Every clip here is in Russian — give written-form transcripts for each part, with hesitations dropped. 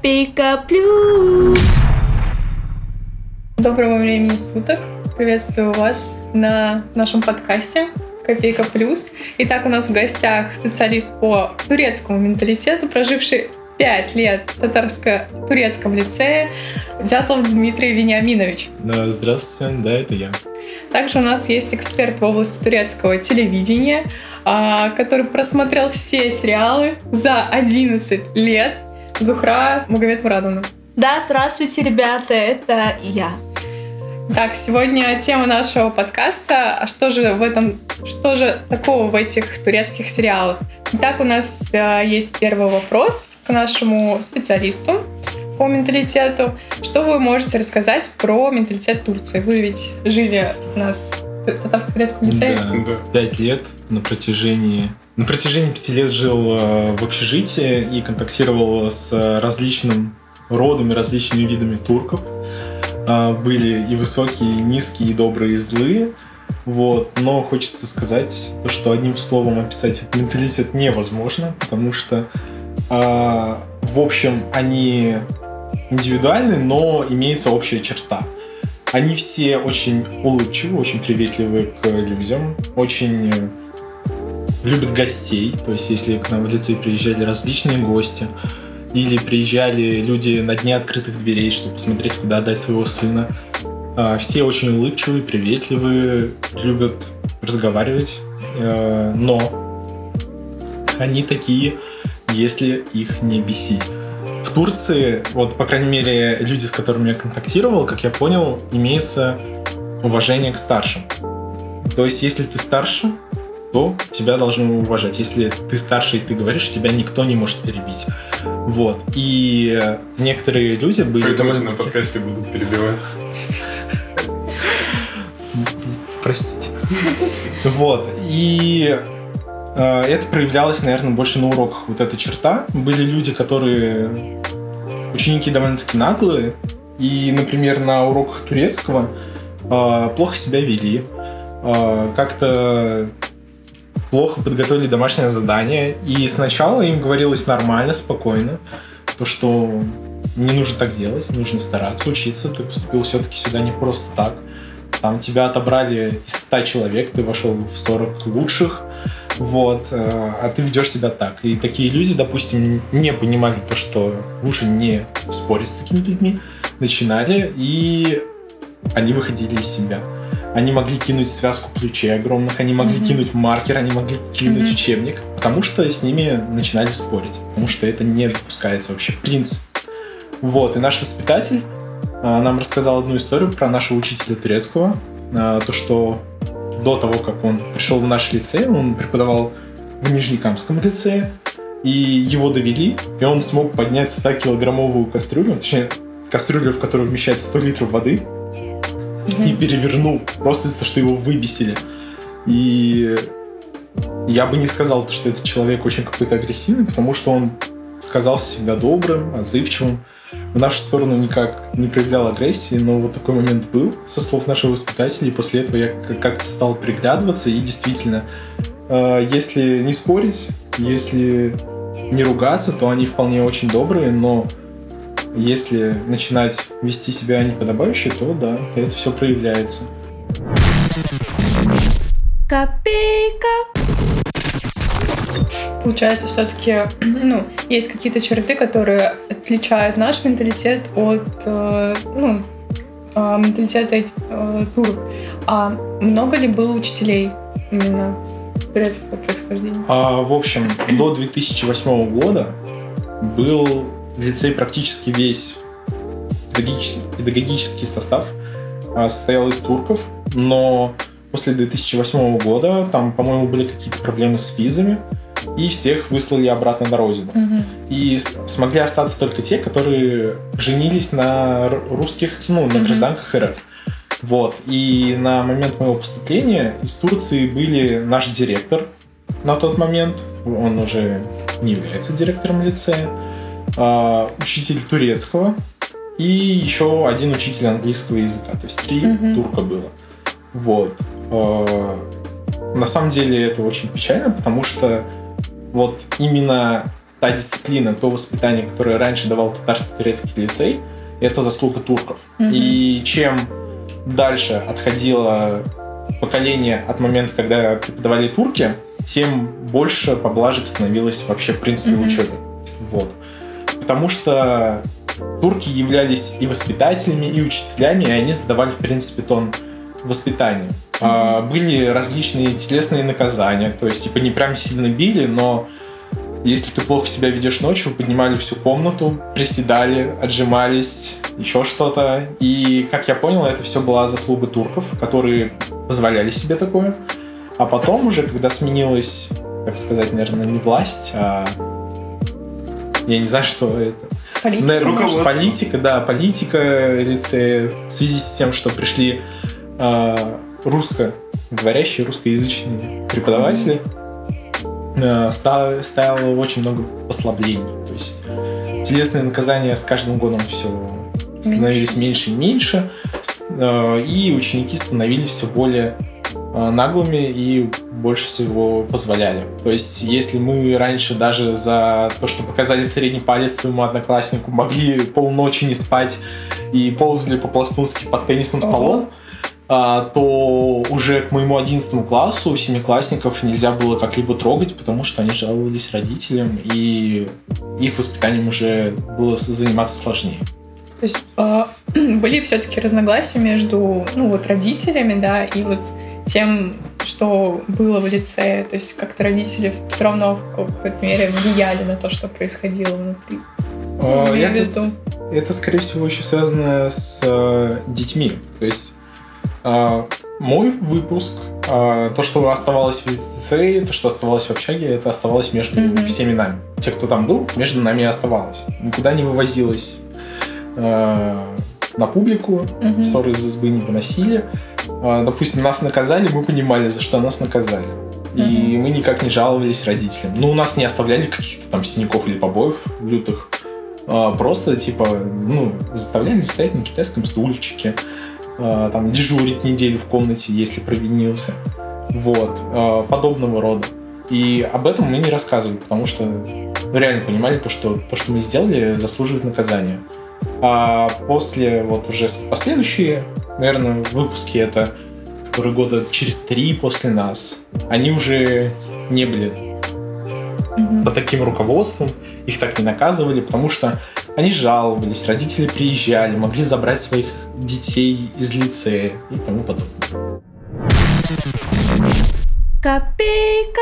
Копейка плюс. Доброго времени суток. Приветствую вас на нашем подкасте «Копейка плюс». Итак, у нас в гостях специалист по турецкому менталитету, проживший 5 лет в татарско-турецком лицее, Дятлов Дмитрий Вениаминович. Здравствуйте, да, это я. Также у нас есть эксперт в области турецкого телевидения, который просмотрел все сериалы за 11 лет, Зухра Магомедмурадовна. Да, здравствуйте, ребята, это я. Так, сегодня тема нашего подкаста. А что же такого в этих турецких сериалах? Итак, у нас есть первый вопрос к нашему специалисту по менталитету. Что вы можете рассказать про менталитет Турции? Вы ведь жили у нас в татарско-турецком лицее? Да, 5 лет на протяжении 5 лет жил в общежитии и контактировал с различным родами, различными видами турков. Были и высокие, и низкие, и добрые, и злые. Вот. Но хочется сказать, что одним словом описать этот менталитет невозможно, потому что, в общем, они индивидуальны, но имеется общая черта. Они все очень улыбчивы, очень приветливы к людям, очень любят гостей. То есть, если к нам в лицей приезжали различные гости, или приезжали люди на дне открытых дверей, чтобы посмотреть, куда отдать своего сына. Все очень улыбчивые, приветливые, любят разговаривать, но они такие, если их не бесить. В Турции, вот, по крайней мере, люди, с которыми я контактировал, как я понял, имеется уважение к старшим. То есть, если ты старше, то тебя должны уважать. Если ты старше и ты говоришь, тебя никто не может перебить. Вот. И некоторые люди были... Поэтому на подкасте будут перебивать. Простите. Вот. И это проявлялось, наверное, больше на уроках. Вот эта черта. Были люди, которые... Ученики довольно-таки наглые. И, например, на уроках турецкого плохо себя вели. Как-то плохо подготовили домашнее задание, и сначала им говорилось нормально, спокойно, то, что не нужно так делать, нужно стараться учиться, ты поступил все-таки сюда не просто так. Там тебя отобрали из 100 человек, ты вошел в 40 лучших, вот, а ты ведешь себя так. И такие люди, допустим, не понимали то, что лучше не спорить с такими людьми, начинали, и они выходили из себя. Они могли кинуть связку ключей огромных, они могли кинуть маркер, они могли кинуть учебник, потому что с ними начинали спорить, потому что это не допускается вообще в принципе. Вот, и наш воспитатель нам рассказал одну историю про нашего учителя турецкого, то, что до того, как он пришел в наш лицей, он преподавал в Нижнекамском лицее, и его довели, и он смог поднять 100-килограммовую кастрюлю, точнее, кастрюлю, в которую вмещается 100 литров воды, и перевернул, просто из-за того, что его выбесили. И я бы не сказал, что этот человек очень какой-то агрессивный, потому что он казался всегда добрым, отзывчивым. В нашу сторону никак не проявлял агрессии, но вот такой момент был, со слов нашего воспитателя, и после этого я как-то стал приглядываться, и действительно, если не спорить, если не ругаться, то они вполне очень добрые, но если начинать вести себя неподобающе, то да, это все проявляется. Копейка. Получается, все-таки есть какие-то черты, которые отличают наш менталитет от менталитета турок. А много ли было учителей именно турецкого происхождения? В общем, до 2008 года был в лицее практически весь педагогический состав состоял из турков, но после 2008 года там, по-моему, были какие-то проблемы с визами, и всех выслали обратно на родину. И смогли остаться только те, которые женились на русских, на гражданках РФ. Вот. И на момент моего поступления из Турции были наш директор на тот момент, он уже не является директором лицея, учитель турецкого и еще один учитель английского языка. То есть 3 турка было. Вот. На самом деле это очень печально, потому что вот именно та дисциплина, то воспитание, которое раньше давал татарско-турецкий лицей, это заслуга турков. И чем дальше отходило поколение от момента, когда преподавали турки, тем больше поблажек становилось вообще, в принципе, в учебе. Вот. Потому что турки являлись и воспитателями, и учителями, и они задавали, в принципе, тон воспитания. Были различные телесные наказания, то есть, типа, не прям сильно били, но если ты плохо себя ведешь ночью, поднимали всю комнату, приседали, отжимались, еще что-то. И, как я понял, это все была заслуга турков, которые позволяли себе такое. А потом уже, когда сменилась, как сказать, наверное, не власть, а... Я не знаю, что это. Политика. Наверное, политика лицея, в связи с тем, что пришли русскоговорящие, русскоязычные преподаватели, стало очень много послаблений. То есть телесные наказания с каждым годом все становились меньше и меньше, и ученики становились все более наглыми и больше всего позволяли. То есть, если мы раньше даже за то, что показали средний палец своему однокласснику, могли полночи не спать и ползали по-пластунски под теннисным столом, то уже к моему 11 классу семиклассников нельзя было как-либо трогать, потому что они жаловались родителям, и их воспитанием уже было заниматься сложнее. То есть были все-таки разногласия между родителями, да, и вот тем, что было в лицее. То есть как-то родители все равно в какой-то мере влияли на то, что происходило внутри. Это, скорее всего, еще связано с детьми. То есть мой выпуск, то, что оставалось в лицее, то, что оставалось в общаге, это оставалось между всеми нами. Те, кто там был, между нами оставалось. Никуда не вывозилось на публику, ссоры из избы не выносили. Допустим, нас наказали, мы понимали, за что нас наказали. И мы никак не жаловались родителям. У нас не оставляли каких-то там синяков или побоев лютых. Просто, заставляли стоять на китайском стульчике, там, дежурить неделю в комнате, если провинился. Вот. Подобного рода. И об этом мы не рассказывали, потому что реально понимали, что мы сделали, заслуживает наказания. А после, уже последующие, наверное, выпуски, это которые года через 3 после нас, они уже не были под таким руководством, их так не наказывали, потому что они жаловались, родители приезжали, могли забрать своих детей из лицея и тому подобное. Копейка.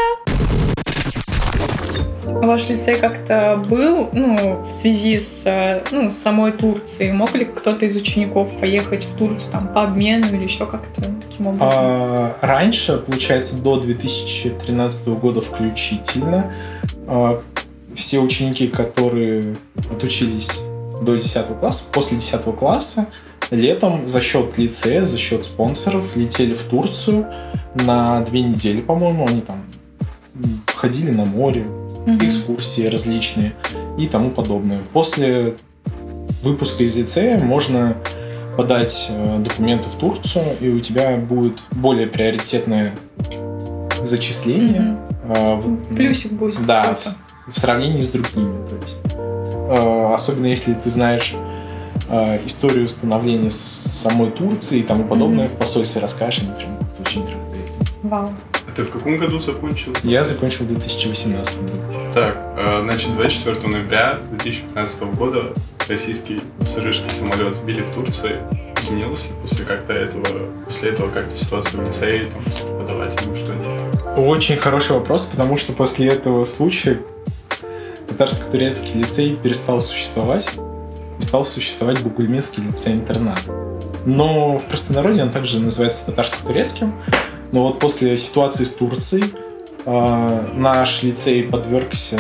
Ваш лицей как-то был, в связи с самой Турцией? Мог ли кто-то из учеников поехать в Турцию там, по обмену или еще как-то таким образом? Раньше, получается, до 2013 года включительно, все ученики, которые отучились до 10 класса, после 10 класса, летом за счет лицея, за счет спонсоров летели в Турцию на 2 недели, по-моему. Они там ходили на море, экскурсии различные и тому подобное. После выпуска из лицея можно подать документы в Турцию, и у тебя будет более приоритетное зачисление. Плюсик будет. Да, в сравнении с другими. То есть, особенно если ты знаешь историю становления самой Турции и тому подобное, в посольстве расскажешь, они прям будут очень рады. Вау. А ты в каком году закончил? Я закончил в 2018 году. Так, значит, 24 ноября 2015 года российский пассажирский самолет сбили в Турции. Изменилось ли после этого как-то ситуация в лицее, там, с преподавателями, что-нибудь? Очень хороший вопрос, потому что после этого случая татарско-турецкий лицей перестал существовать, и стал существовать Бугульминский лицей-интернат. Но в простонародье он также называется татарско-турецким. Но вот после ситуации с Турцией наш лицей подвергся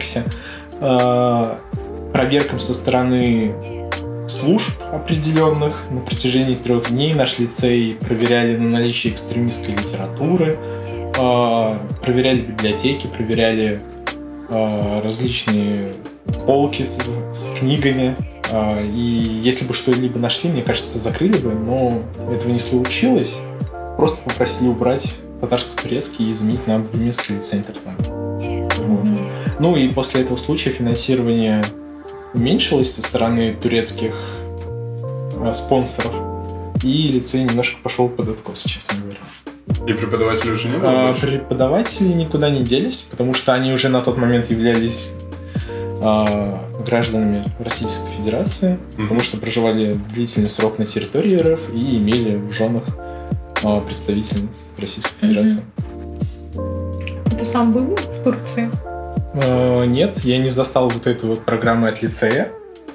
проверкам со стороны служб определенных. На протяжении 3 дней наш лицей проверяли на наличие экстремистской литературы, проверяли библиотеки, проверяли различные полки с книгами. И если бы что-либо нашли, мне кажется, закрыли бы, но этого не случилось. Просто попросили убрать татарско-турецкий и заменить на Бугульминский лицей-интернат. Вот. Ну и после этого случая финансирование уменьшилось со стороны турецких спонсоров, и лицей немножко пошел под откос, честно говоря. И преподавателей уже не было больше? Преподаватели никуда не делись, потому что они уже на тот момент являлись гражданами Российской Федерации, потому что проживали длительный срок на территории РФ и имели в женах представительниц Российской Федерации. Ты сам был в Турции? Нет, я не застал вот этой вот программы от лицея,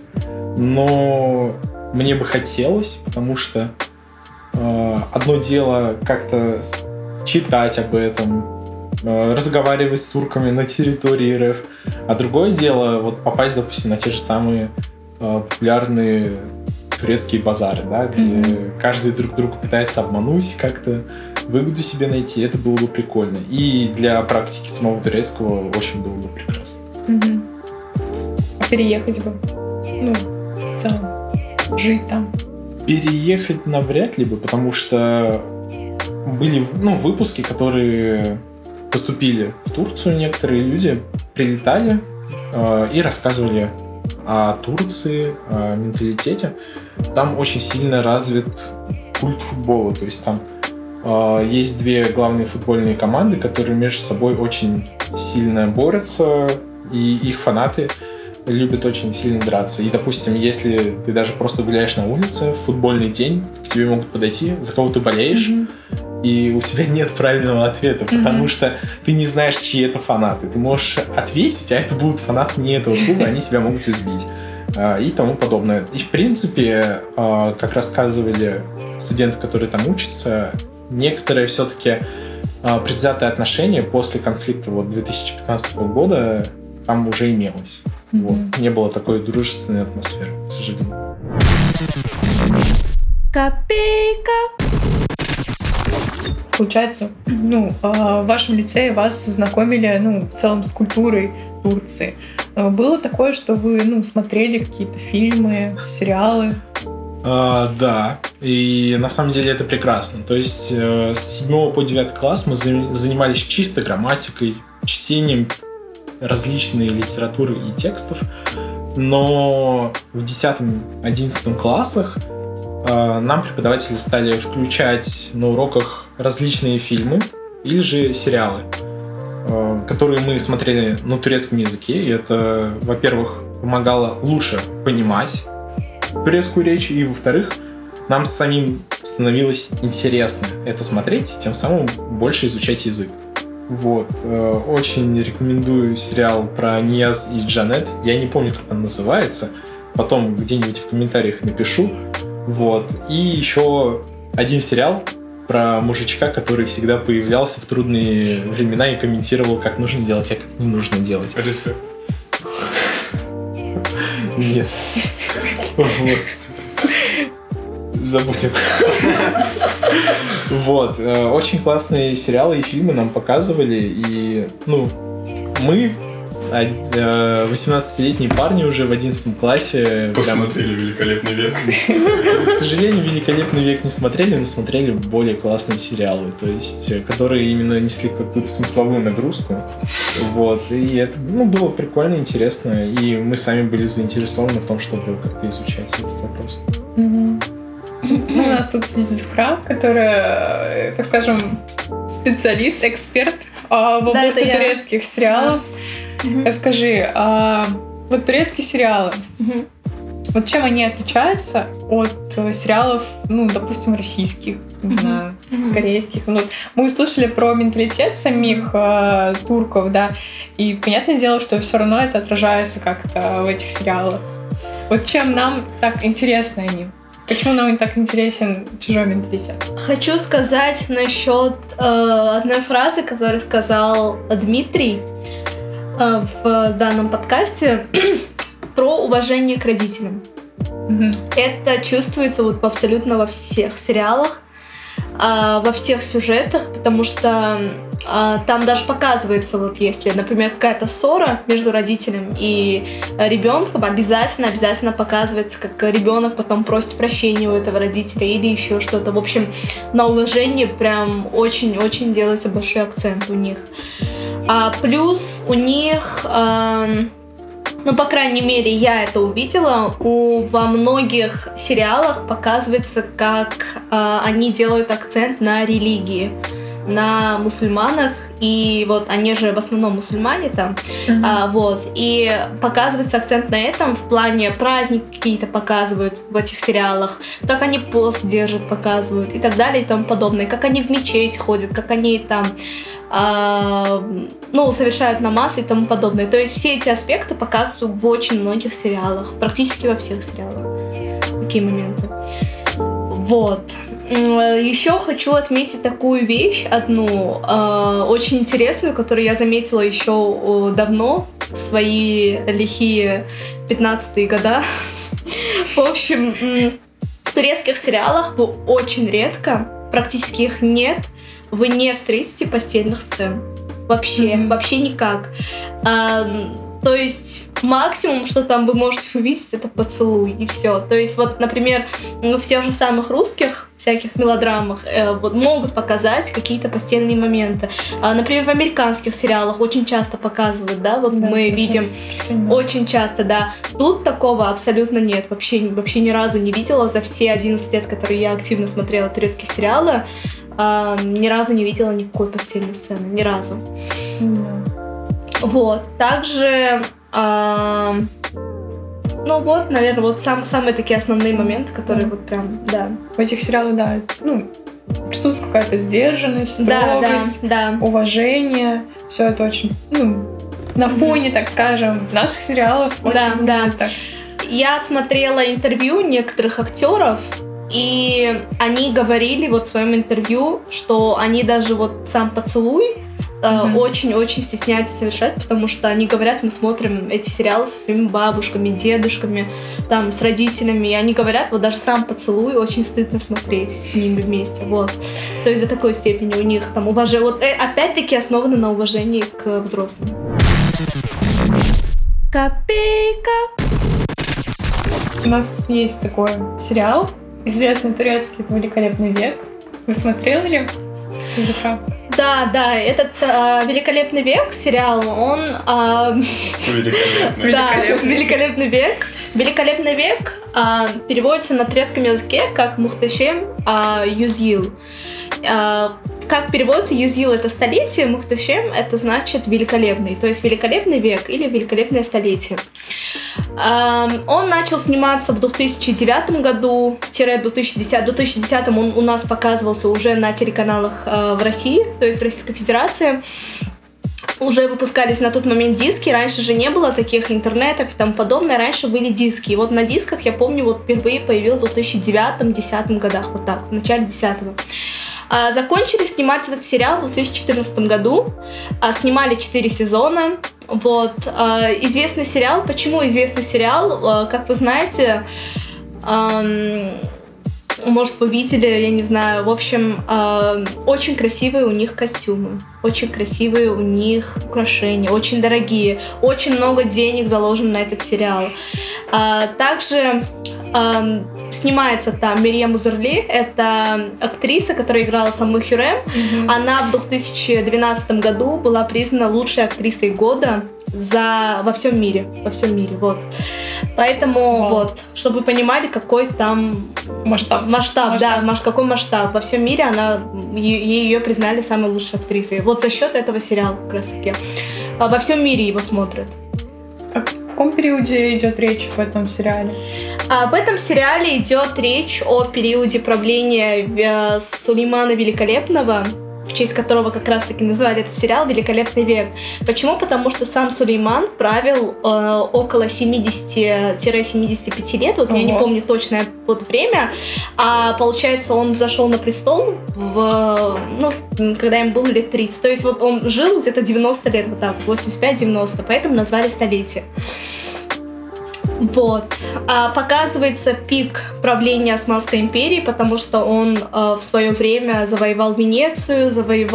но мне бы хотелось, потому что одно дело как-то читать об этом, разговаривать с турками на территории РФ, а другое дело вот попасть, допустим, на те же самые популярные турецкие базары, да, где каждый друг друга пытается обмануть, как-то выгоду себе найти. Это было бы прикольно. И для практики самого турецкого очень было бы прекрасно. А переехать бы? Ну, в целом, жить там? Переехать навряд ли бы, потому что были выпуски, которые поступили в Турцию, некоторые люди прилетали и рассказывали о Турции, о менталитете. Там очень сильно развит культ футбола, то есть там есть две главные футбольные команды, которые между собой очень сильно борются, и их фанаты любят очень сильно драться. И, допустим, если ты даже просто гуляешь на улице в футбольный день, к тебе могут подойти, за кого ты болеешь, и у тебя нет правильного ответа, потому что ты не знаешь, чьи это фанаты. Ты можешь ответить, а это будут фанаты не этого клуба, они тебя могут избить. И тому подобное. И, в принципе, как рассказывали студенты, которые там учатся, некоторые все-таки предвзятые отношения после конфликта 2015 года там уже имелось. Вот. Не было такой дружественной атмосферы, к сожалению. Копейка. Получается, в вашем лицее вас знакомили, в целом с культурой Турции. Было такое, что вы, смотрели какие-то фильмы, сериалы? Да, и на самом деле это прекрасно. То есть с 7 по 9 класс мы занимались чисто грамматикой, чтением различной литературы и текстов, но в 10-11 классах нам преподаватели стали включать на уроках различные фильмы или же сериалы, которые мы смотрели на турецком языке, и это, во-первых, помогало лучше понимать турецкую речь, и, во-вторых, нам самим становилось интересно это смотреть, и тем самым больше изучать язык. Вот. Очень рекомендую сериал про Нияз и Джанет. Я не помню, как он называется. Потом где-нибудь в комментариях напишу. Вот. И еще один сериал про мужичка, который всегда появлялся в трудные времена и комментировал, как нужно делать, а как не нужно делать. Респект. Нет. Забудем. Вот. Очень классные сериалы и фильмы нам показывали. И, мы, 18-летние парни уже в 11 классе... Посмотрели «Великолепный век». К сожалению, «Великолепный век» не смотрели, но смотрели более классные сериалы, то есть, которые именно несли какую-то смысловую нагрузку. Вот. И это было прикольно, интересно. И мы сами были заинтересованы в том, чтобы как-то изучать этот вопрос. У нас тут сидит Зухра, которая, так скажем, специалист, эксперт в области турецких сериалов. Расскажи, вот турецкие сериалы, вот чем они отличаются от сериалов, допустим, российских, не знаю, корейских? Вот мы услышали про менталитет самих турков, да, и понятное дело, что все равно это отражается как-то в этих сериалах. Вот чем нам так интересны они? Почему нам так интересен чужой менталитет? Хочу сказать насчет одной фразы, которую сказал Дмитрий в данном подкасте про уважение к родителям. Это чувствуется абсолютно во всех сериалах, во всех сюжетах, потому что там даже показывается, если, например, какая-то ссора между родителем и ребенком, обязательно показывается, как ребенок потом просит прощения у этого родителя или еще что-то. В общем, на уважение прям очень-очень делается большой акцент у них. Плюс у них, ну, по крайней мере, я это увидела, во многих сериалах показывается, как они делают акцент на религии, на мусульманах, и вот они же в основном мусульмане там, вот, и показывается акцент на этом в плане праздники какие-то показывают в этих сериалах, как они пост держат, показывают и так далее и тому подобное, как они в мечеть ходят, как они там совершают намаз и тому подобное. То есть все эти аспекты показывают в очень многих сериалах, практически во всех сериалах. Такие моменты. Вот. Еще хочу отметить такую вещь, одну, очень интересную, которую я заметила еще давно, в свои лихие 15-е года. В общем, в турецких сериалах вы очень редко, практически их нет, вы не встретите постельных сцен. Вообще никак. То есть максимум, что там вы можете увидеть, это поцелуй, и все. То есть вот, например, в тех же самых русских всяких мелодрамах вот, могут показать какие-то постельные моменты. Например, в американских сериалах очень часто показывают, да, вот да, мы видим очень часто, да. Тут такого абсолютно нет. Вообще ни разу не видела за все 11 лет, которые я активно смотрела турецкие сериалы, ни разу не видела никакой постельной сцены. Ни разу. Вот. Также, наверное, вот самые такие основные моменты, которые вот прям, да. В этих сериалах, да, присутствует какая-то сдержанность, строгость, уважение. Все это очень, на фоне, так скажем, наших сериалов. Да. Так. Я смотрела интервью некоторых актеров, и они говорили вот в своем интервью, что они даже вот сам поцелуй очень-очень стесняются совершать, потому что они говорят, мы смотрим эти сериалы со своими бабушками, дедушками, там, с родителями, и они говорят, вот даже сам поцелуй очень стыдно смотреть с ними вместе, вот. То есть до такой степени у них там уважение, вот опять-таки основано на уважении к взрослым. Копейка. У нас есть такой сериал, известный турецкий, это «Великолепный век». Вы смотрели языка? Да, этот «Великолепный век» сериал, он... Великолепный. Да, «Великолепный век». «Великолепный век» переводится на турецком языке как «Мухтешем Юзил». Как переводится «Юзил» — это столетие, «Мухтешем» — это значит «великолепный», то есть «Великолепный век» или «Великолепное столетие». Он начал сниматься в 2009 году, в 2010 он у нас показывался уже на телеканалах в России, то есть в Российской Федерации. Уже выпускались на тот момент диски, раньше же не было таких интернетов и тому подобное, раньше были диски. И вот на дисках, я помню, вот впервые появился в 2009-2010 годах, вот так, в начале 10-го. Закончили снимать этот сериал в 2014 году, снимали 4 сезона. Вот. Известный сериал. Почему известный сериал? Как вы знаете, может, вы видели, я не знаю. В общем, очень красивые у них костюмы, очень красивые у них украшения, очень дорогие, очень много денег заложено на этот сериал. Также снимается там Мерьем Узерли, это актриса, которая играла саму Хюррем. Она в 2012 году была признана лучшей актрисой года во всем мире, вот. Поэтому вот, чтобы вы понимали, какой там масштаб. Какой масштаб. Во всем мире ее признали самой лучшей актрисой. Вот за счет этого сериала как раз таки. Во всем мире его смотрят. О каком периоде идет речь в этом сериале? В этом сериале идет речь о периоде правления Сулеймана Великолепного, в честь которого как раз-таки назвали этот сериал «Великолепный век». Почему? Потому что сам Сулейман правил около 70-75 лет, вот я не помню точное вот время, получается, он взошел на престол, когда ему было лет 30. То есть вот он жил где-то 90 лет, вот так, 85-90, поэтому назвали столетие. Вот. Показывается пик правления Османской империи, потому что он в свое время завоевал Венецию,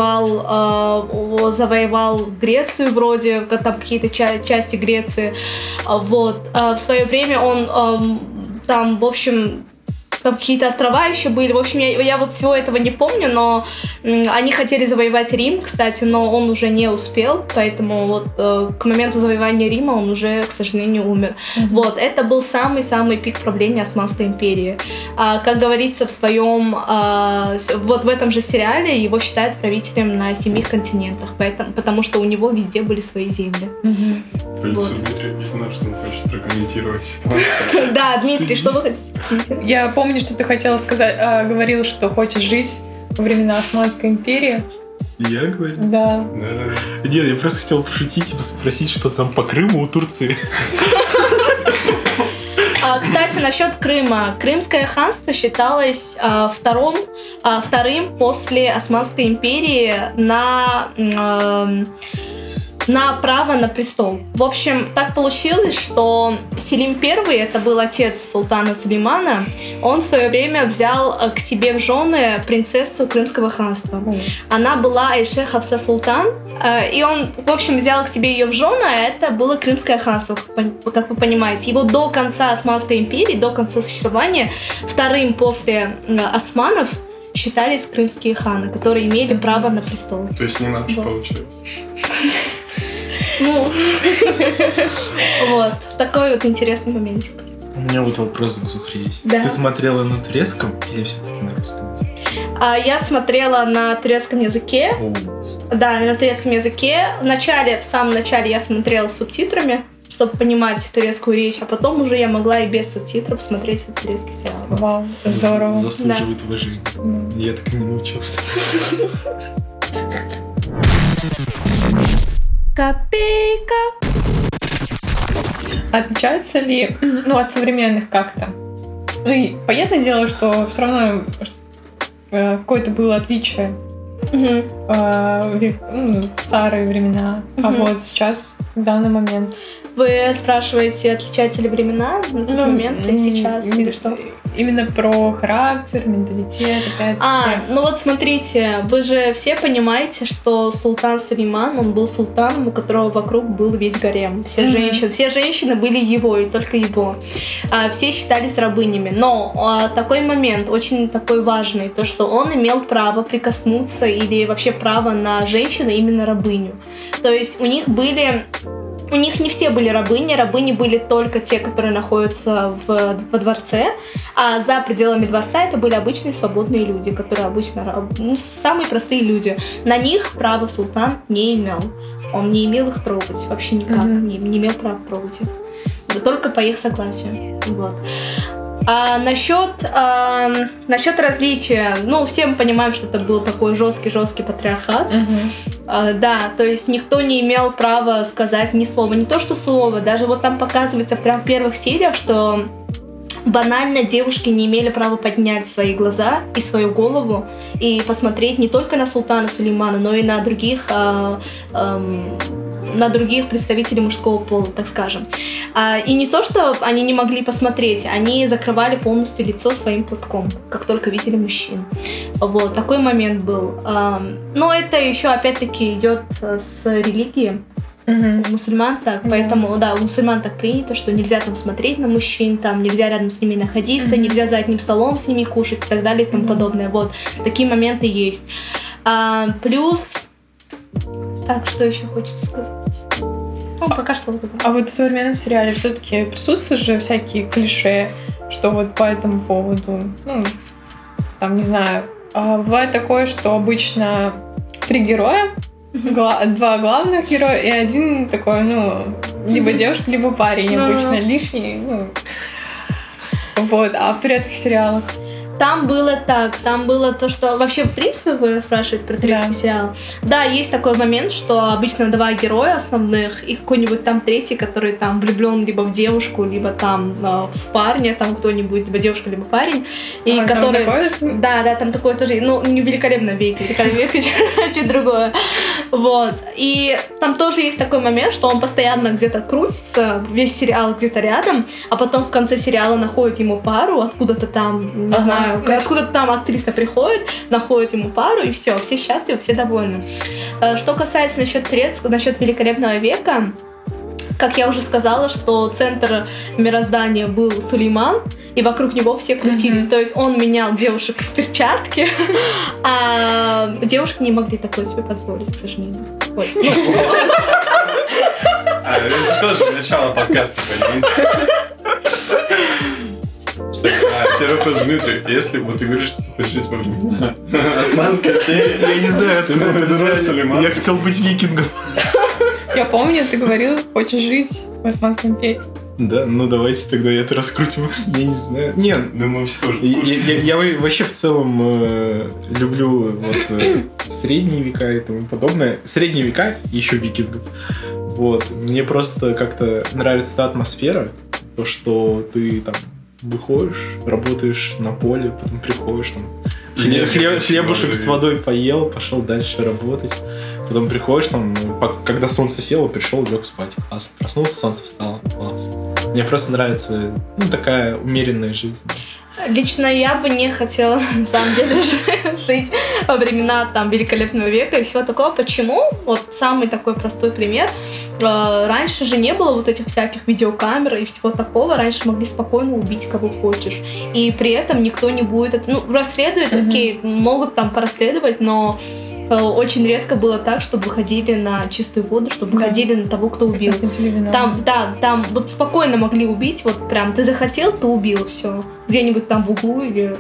завоевал Грецию вроде, там какие-то части Греции. Вот. В свое время он там, в общем, там какие-то острова еще были. В общем, я вот всего этого не помню, но они хотели завоевать Рим, кстати, но он уже не успел, поэтому вот к моменту завоевания Рима он уже, к сожалению, умер. Вот, это был самый-самый пик правления Османской империи. Как говорится в своем, вот в этом же сериале, его считают правителем на 7 континентах, потому что у него везде были свои земли. По лицу Дмитрия Гифмана, что он хочет прокомментировать ситуацию. Да, Дмитрий, что вы хотите прокомментировать? Я помню, что ты хотела сказать, говорила, что хочешь жить во времена Османской империи. Я говорю? Да. Да. Нет, я просто хотел пошутить и спросить, что там по Крыму у Турции. Кстати, насчет Крыма. Крымское ханство считалось вторым после Османской империи на право на престол. В общем, так получилось, что Селим I, это был отец султана Сулеймана, он в свое время взял к себе в жены принцессу Крымского ханства. Она была Айше Хафса Султан, и он, в общем, взял к себе ее в жены, а это было Крымское ханство, как вы понимаете. Его до конца Османской империи, до конца существования, вторым после османов считались крымские ханы, которые имели право на престол. То есть не наш, получается. Ну, вот, такой вот интересный моментик. У меня вот вопрос к Зухре есть. Да. Ты смотрела на турецком или все-таки на русском языке? Я смотрела на турецком языке. Да, на турецком языке. В самом начале я смотрела с субтитрами, чтобы понимать турецкую речь, а потом уже я могла и без субтитров смотреть этот турецкий сериал. Вау, здорово. Заслуживает уважения. Я так и не научился. Копейка. Отличаются ли, от современных как-то? Ну и понятное дело, что все равно какое-то было отличие в старые времена, а вот сейчас, в данный момент. Вы спрашиваете, отличаются ли времена на тот момент и сейчас, или что? Именно про характер, менталитет, опять-таки. Ну вот смотрите, вы же все понимаете, что султан Сулейман, он был султаном, у которого вокруг был весь гарем. Все женщины были его, и только его. Все считались рабынями. Но такой момент, очень такой важный, то, что он имел право прикоснуться или вообще право на женщину, именно рабыню. То есть у них не все были рабыни были только те, которые находятся во дворце, а за пределами дворца это были обычные свободные люди, которые обычно, самые простые люди. На них право султан не имел. Он не имел их трогать, вообще никак, не имел права трогать их. Да только по их согласию. Вот. А насчет различия, все мы понимаем, что это был такой жесткий патриархат. Да, то есть никто не имел права сказать ни слова, не то что слово, даже вот там показывается прям в первых сериях, что банально девушки не имели права поднять свои глаза и свою голову и посмотреть не только на султана Сулеймана, но и на других представителей мужского пола, так скажем. И не то, что они не могли посмотреть, они закрывали полностью лицо своим платком, как только видели мужчин. Вот, такой момент был. Но это еще, опять-таки, идет с религии. У мусульман так, поэтому, да, у мусульман так принято, что нельзя там смотреть на мужчин, там нельзя рядом с ними находиться, нельзя за одним столом с ними кушать и так далее и тому подобное. Вот, такие моменты есть. Плюс... Так, что еще хочется сказать? Пока что вот это. А вот в современном сериале все-таки присутствуют же всякие клише, что вот по этому поводу, не знаю, бывает такое, что обычно 3 героя, 2 главных героя и один такой, либо девушка, либо парень, обычно лишний, Вот, а в турецких сериалах? Там было так, там было то, что... Вообще, в принципе, вы спрашиваете про турецкий сериал. Да, есть такой момент, что обычно 2 героя основных и какой-нибудь там третий, который там влюблен либо в девушку, либо там в парня, там кто-нибудь, либо девушка, либо парень. И который... Да, там такое тоже... Не «Великолепный век», «Великолепный век» чуть другое. Вот. И там тоже есть такой момент, что он постоянно где-то крутится, весь сериал где-то рядом, а потом в конце сериала находит ему пару, откуда-то там, не знаю, откуда-то там актриса приходит, находит ему пару, и все счастливы, все довольны. Что касается насчет «Великолепного века», как я уже сказала, что центр мироздания был Сулейман, и вокруг него все крутились. То есть он менял девушек в перчатки, а девушки не могли такое себе позволить, к сожалению. Ой, ну. Это тоже начало подкаста, понимаете? Теперь вопрос, Дмитрий, если вот ты говоришь, что ты хочешь жить в Османской империи, Я не знаю, я хотел быть викингом. Я помню, ты говорил, хочешь жить в Османской империи. Да, ну давайте тогда это раскрутим. Я не знаю. Нет, думаю, все уже в курсе. я вообще в целом люблю вот средние века и тому подобное. Средние века и еще викингов. Вот. Мне просто как-то нравится та атмосфера, то, что ты там выходишь, работаешь на поле, потом приходишь, там, хлебушек с водой поел, пошел дальше работать. Потом приходишь, там, когда солнце село, пришел, лег спать. Класс. Проснулся, солнце встало. Класс. Мне просто нравится, такая умеренная жизнь. Лично я бы не хотела, на самом деле, жить во времена там Великолепного века и всего такого. Почему? Вот самый такой простой пример. Раньше же не было вот этих всяких видеокамер и всего такого. Раньше могли спокойно убить кого хочешь. И при этом никто не будет это... расследуют, окей, могут там порасследовать, но очень редко было так, чтобы выходили на чистую воду, чтобы выходили на того, кто убил. Там вот спокойно могли убить, вот прям ты захотел, ты убил, все. Где-нибудь там в углу или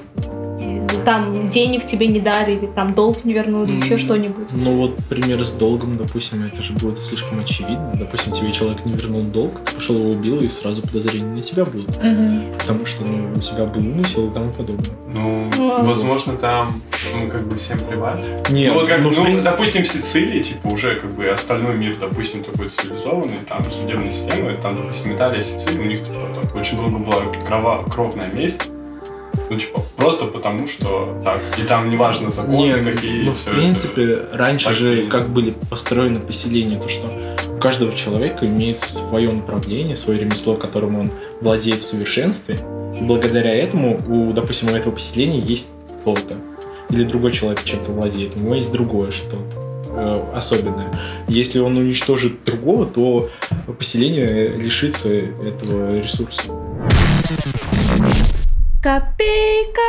там денег тебе не дали, или там долг не вернули, еще что-нибудь. Ну вот пример с долгом, допустим, это же будет слишком очевидно. Допустим, тебе человек не вернул долг, ты пошел его убил, и сразу подозрения на тебя будут. Потому что у тебя был умысел и тому подобное. Возможно, там как бы всем плевать. Нет, допустим, в Сицилии, типа, уже как бы остальной мир, допустим, такой цивилизованный, там судебная система, там, допустим, Италия, Сицилия, у них типа, там, очень долго была кровная месть. Типа, просто потому, что так. И там неважно законы какие. В принципе, раньше же как были построены поселения, то что у каждого человека имеется свое направление, свое ремесло, которым он владеет в совершенстве. И благодаря этому, допустим, у этого поселения есть то-то. Или другой человек чем-то владеет, у него есть другое что-то особенное. Если он уничтожит другого, то поселение лишится этого ресурса. Копейка.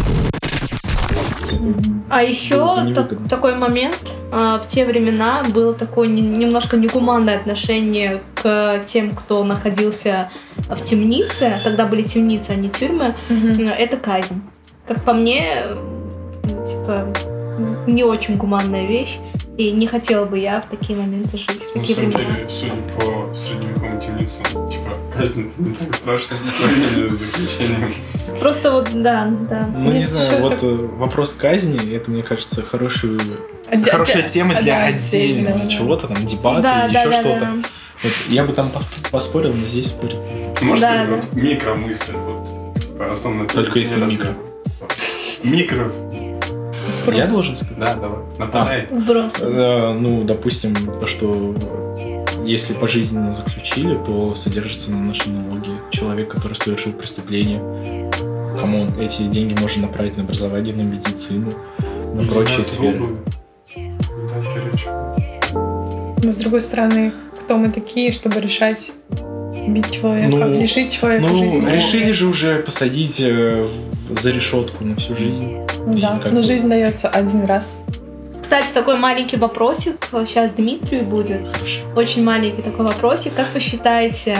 А еще такой момент. В те времена было такое немножко негуманное отношение к тем, кто находился в темнице. Тогда были темницы, а не тюрьмы. Это казнь. Как по мне, типа, не очень гуманная вещь. И не хотела бы я в такие моменты жить, в такие времена. На самом деле, судя по средневековым темницам, типа, казнь — это не так страшно по сравнению с заключением. Просто вот, да. Ну, не знаю, вот вопрос казни, это, мне кажется, хорошая тема для отдельного чего-то, там, дебата или еще что-то. Вот, я бы там поспорил, но здесь спорить. Может, микромысль, вот, типа, основно... Только если микро. Микро. Я должен сказать? Да, давай. Нападай. Допустим, то, что если пожизненно заключили, то содержится на нашей налоге человек, который совершил преступление. Кому эти деньги можно направить на образование, на медицину, на прочие сферы. Но с другой стороны, кто мы такие, чтобы решать, бить человека, лишить человека жизни? Решили же уже посадить за решетку на всю жизнь. Да, но жизнь дается один раз. Кстати, такой маленький вопросик сейчас Дмитрию будет. Очень маленький такой вопросик. Как вы считаете,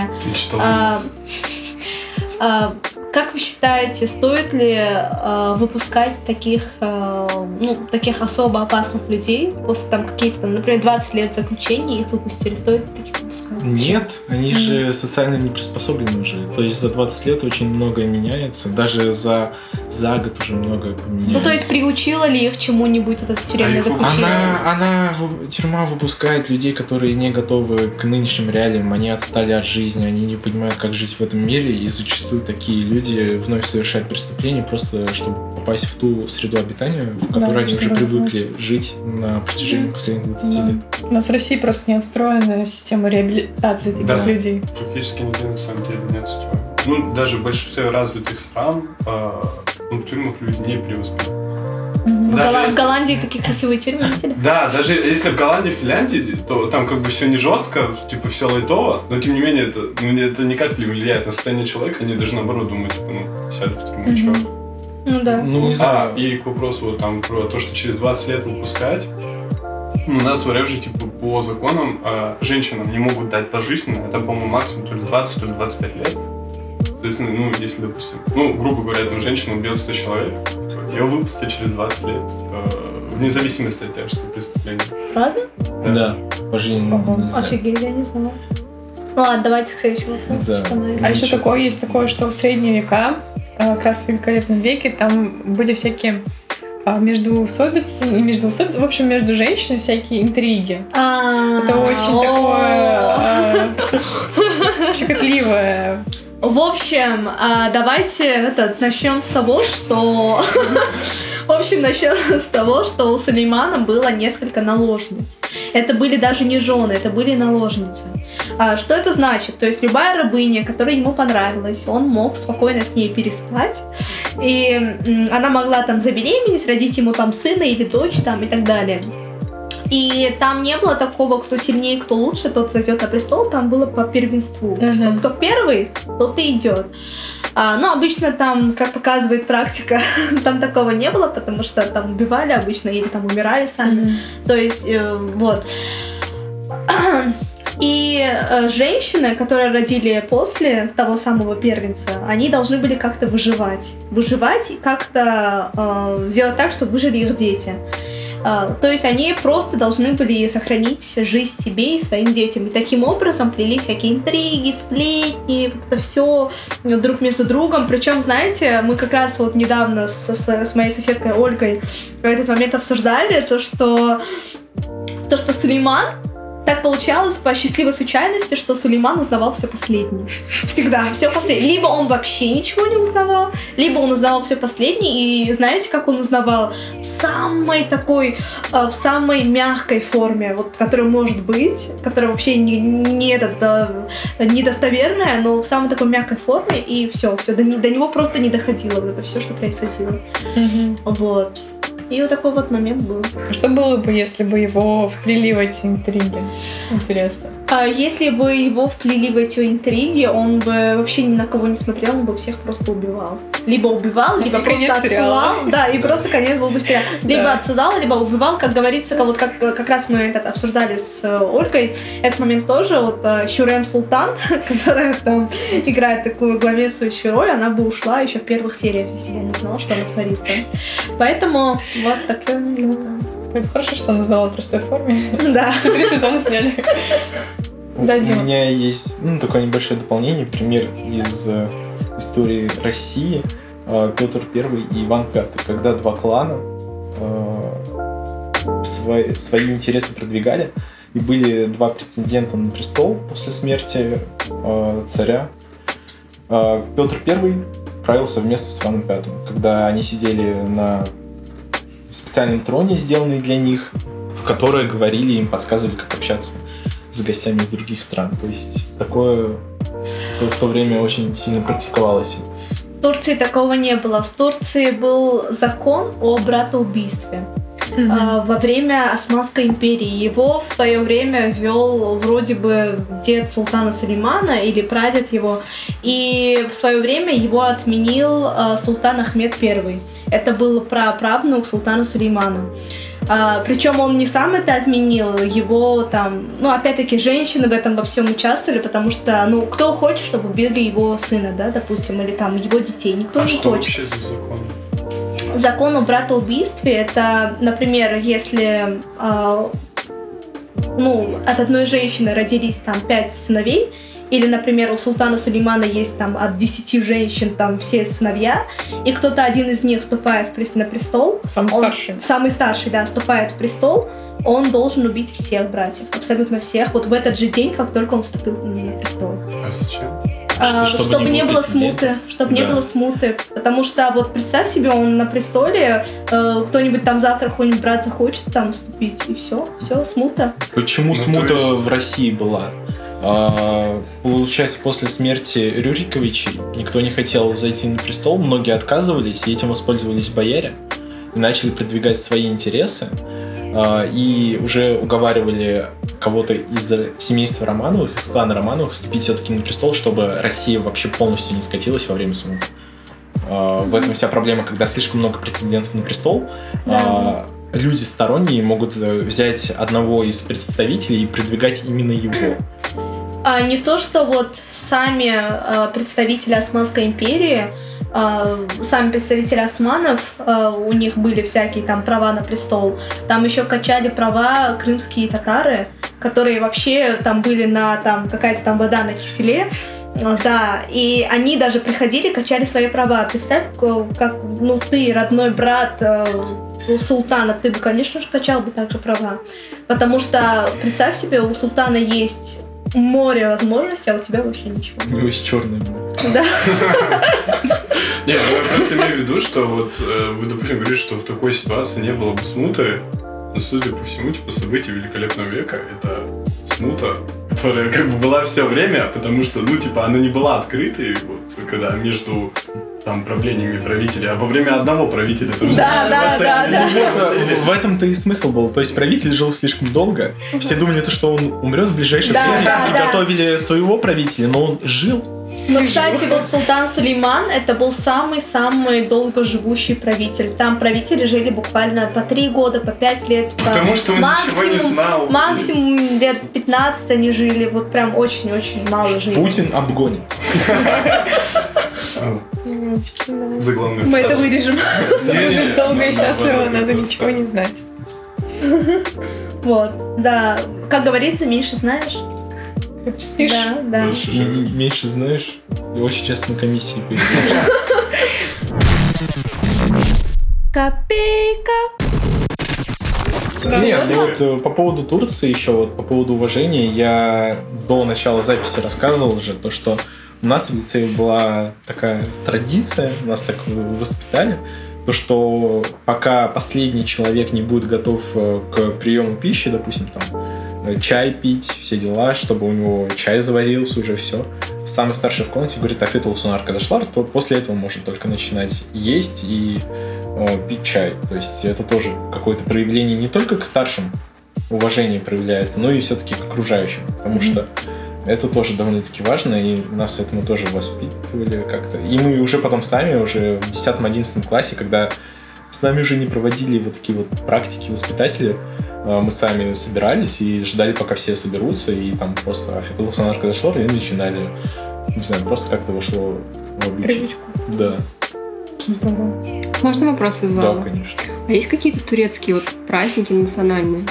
стоит ли выпускать таких особо опасных людей после там каких-то, например, 20 лет заключения, их выпустили, стоит таких выпускать? Нет, они же социально не приспособлены уже. То есть за 20 лет очень многое меняется. Даже за год уже многое поменяется. Ну, то есть приучила ли их чему-нибудь это тюремное заключение? Тюрьма выпускает людей, которые не готовы к нынешним реалиям. Они отстали от жизни, они не понимают, как жить в этом мире. И зачастую такие люди вновь совершают преступления просто, чтобы попасть в ту среду обитания, в которой они уже привыкли жить на протяжении последних 20 лет. У нас в России просто не отстроена система реабилитации таких людей. Практически нигде на самом деле нет тюрьмы. Даже в большинстве развитых стран в тюрьмах люди не преуспели. В Голландии такие красивые тюрьмы видели? Да, даже если в Голландии, Финляндии, то там как бы все не жестко, типа все лайтово, но тем не менее это никак не влияет на состояние человека, они даже наоборот думают, типа, сядут в тюрьму, чё. Ну да. Ну, не знаю. И к вопросу вот, там про то, что через 20 лет выпускать, у нас в РФ же, типа, по законам женщинам не могут дать пожизненно, это, по-моему, максимум то ли 20, то ли 25 лет. Соответственно, если, допустим, грубо говоря, эту женщину убьет 100 человек, ее выпустят через 20 лет, вне зависимости от тяжести преступления. Правда? Да, пожизненно. Офигеть, я не знала. Ну ладно, давайте к следующему вопросу. Да. А еще есть такое, что в средние века, как раз в великолепном веке, там были всякие междоусобицы, в общем, между женщинами всякие интриги. Это очень такое щекотливое. В общем, давайте начнем с того, что... начнем с того, что у Сулеймана было несколько наложниц. Это были даже не жены, это были наложницы. Что это значит? То есть любая рабыня, которая ему понравилась, он мог спокойно с ней переспать, и она могла там забеременеть, родить ему там сына или дочь там и так далее. И там не было такого, кто сильнее, кто лучше, тот зайдет на престол, там было по первенству. Типа, кто первый, тот и идет. Но обычно там, как показывает практика, там такого не было, потому что там убивали обычно или там умирали сами. То есть, вот. И женщины, которые родили после того самого первенца, они должны были как-то выживать и как-то сделать так, чтобы выжили их дети. То есть они просто должны были сохранить жизнь себе и своим детям. И таким образом плели всякие интриги, сплетни, как-то все друг между другом. Причем, знаете, мы как раз вот недавно с моей соседкой Ольгой в этот момент обсуждали то, что Сулейман, так получалось по счастливой случайности, что Сулейман узнавал все последнее. Всегда все последнее. Либо он вообще ничего не узнавал, либо он узнавал все последнее. И знаете, как он узнавал? В самой мягкой форме, вот, которая может быть, которая вообще недостоверная, но в самой такой мягкой форме, и все, до него просто не доходило вот это все, что происходило. Вот. И вот такой вот момент был. Что было бы, если бы его вплели в эти интриги? Интересно. Если бы его вплели в эти интриги, он бы вообще ни на кого не смотрел, он бы всех просто убивал. Либо убивал, либо просто отсылал. Да, и просто конец был бы сериал. Либо отсылал, либо убивал, как говорится, вот как раз мы это обсуждали с Ольгой. Этот момент тоже, вот Хюррем Султан, которая там играет такую главенствующую роль, она бы ушла еще в первых сериях, если бы он узнал, что она творит. Поэтому вот такой момент. Это хорошо, что она знала в простой форме. Да. 4 сезона сняли. Да, Дима. У меня есть такое небольшое дополнение, пример из истории России. Петр I и Иван V, когда два клана свои интересы продвигали, и были два претендента на престол после смерти царя. Петр I правил совместно с Иваном V, когда они сидели на специальном троне, сделанный для них, в которое говорили, им подсказывали, как общаться с гостями из других стран. То есть такое в то время очень сильно практиковалось. В Турции такого не было. В Турции был закон о братоубийстве. Во время Османской империи. Его в свое время ввел вроде бы дед султана Сулеймана или прадед его. И в свое время его отменил султан Ахмед I. Это был праправнук султана Сулеймана. Причем он не сам это отменил, его там, опять-таки, женщины в этом во всем участвовали, потому что, кто хочет, чтобы убили его сына, да, допустим, или там его детей, никто не что хочет. Вообще за закон? Закон о братоубийстве, это, например, если от одной женщины родились там 5 сыновей, или, например, у султана Сулеймана есть там от 10 женщин там все сыновья, и кто-то один из них вступает на престол. Самый старший, да, вступает в престол, он должен убить всех братьев, абсолютно всех, вот в этот же день, как только он вступил на престол. А зачем? Чтобы не было смуты. Чтобы не было смуты. Потому что, вот представь себе, он на престоле, кто-нибудь там завтра какой-нибудь брат захочет там вступить, и все, смута. Почему смута в России была? Получается, после смерти Рюриковичей никто не хотел зайти на престол, многие отказывались, и этим воспользовались бояре. и начали продвигать свои интересы, и уже уговаривали кого-то из семейства Романовых, из клана Романовых вступить все-таки на престол, чтобы Россия вообще полностью не скатилась во время смуты. В этом вся проблема, когда слишком много претендентов на престол. Люди сторонние могут взять одного из представителей и продвигать именно его. А не то, что вот сами представители Османской империи, сами представители османов, у них были всякие там права на престол. Там еще качали права крымские татары, которые вообще там были на там какая-то там вода на киселе. Да, и они даже приходили, качали свои права. Представь, как ты, родной брат султана, ты бы, конечно же, качал бы также права. Потому что, представь себе, у султана есть море возможностей, а у тебя вообще ничего. У него есть черное море. Да. Не, я просто имею в виду, что вот вы, допустим, говорите, что в такой ситуации не было бы смуты, но, судя по всему, типа, события Великолепного века — это смута, которая как бы была все время, потому что, она не была открытой, вот, когда между там правлениями правителей, а во время одного правителя тоже. Да. В этом-то и смысл был. То есть правитель жил слишком долго. Все думали, что он умрет в ближайшее время. И готовили своего правителя, но он жил. Но, кстати, вот султан Сулейман — это был самый-самый долгоживущий правитель. Там правители жили буквально по 3 года, по 5 лет. Потому что он ничего не знал. Максимум лет 15 они жили. Вот прям очень-очень мало жили. Путин обгонит. Заглавный. Мы это вырежем. Чтобы жить долго и счастливо, надо ничего не знать. Вот, да. Как говорится, меньше знаешь. Спишь? Да. Меньше знаешь, и очень часто на комиссии появляешься. Копейка. Нет, вот по поводу Турции еще, вот по поводу уважения, я до начала записи рассказывал же, то, что у нас в лицее была такая традиция, нас так воспитали, то, что пока последний человек не будет готов к приему пищи, допустим, там, чай пить, все дела, чтобы у него чай заварился, уже все. Самый старший в комнате говорит: Афетул Сунар Кадашлар, то после этого можно только начинать есть и пить чай. То есть это тоже какое-то проявление не только к старшим уважение проявляется, но и все-таки к окружающим, потому что это тоже довольно-таки важно, и нас этому тоже воспитывали как-то. И мы уже потом сами, уже в 10-11 классе, когда с нами уже не проводили вот такие вот практики воспитатели, мы сами собирались и ждали, пока все соберутся, и там просто Афетул Сунар Кадашлар, и начинали, не знаю, просто как-то вошло в обычай. Привычку. Да. Здорово. Можно вопрос из зала? Да, конечно. А есть какие-то турецкие вот праздники национальные?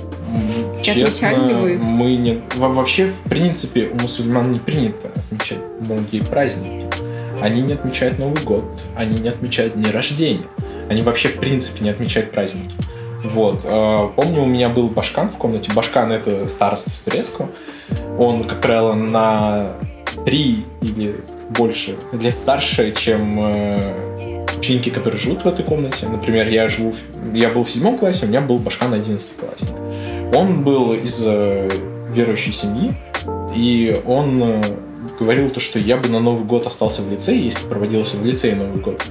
Честно, отмечали ли вы? мы не... Вообще, в принципе, у мусульман не принято отмечать многие праздники. Они не отмечают Новый год, они не отмечают дни рождения. Они вообще, в принципе, не отмечают праздники. Вот. Помню, у меня был Башкан в комнате. Башкан — это староста с турецкого. Он, как правило, на 3 или больше лет старше, чем ученики, которые живут в этой комнате. Например, я был в 7 классе, у меня был Башкан 11-классник. Он был из верующей семьи, и он говорил то, что я бы на Новый год остался в лицее, если проводился в лицее Новый год.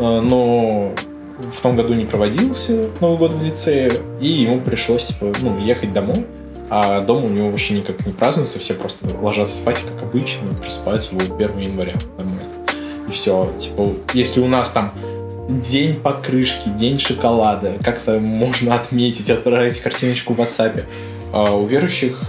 Но в том году не проводился Новый год в лицее, и ему пришлось ехать домой. А дома у него вообще никак не празднуется, все просто ложатся спать, как обычно, просыпаются 1 января. Нормально. И все. Если у нас там день покрышки, день шоколада, как-то можно отметить, отправить картиночку в WhatsApp. А у верующих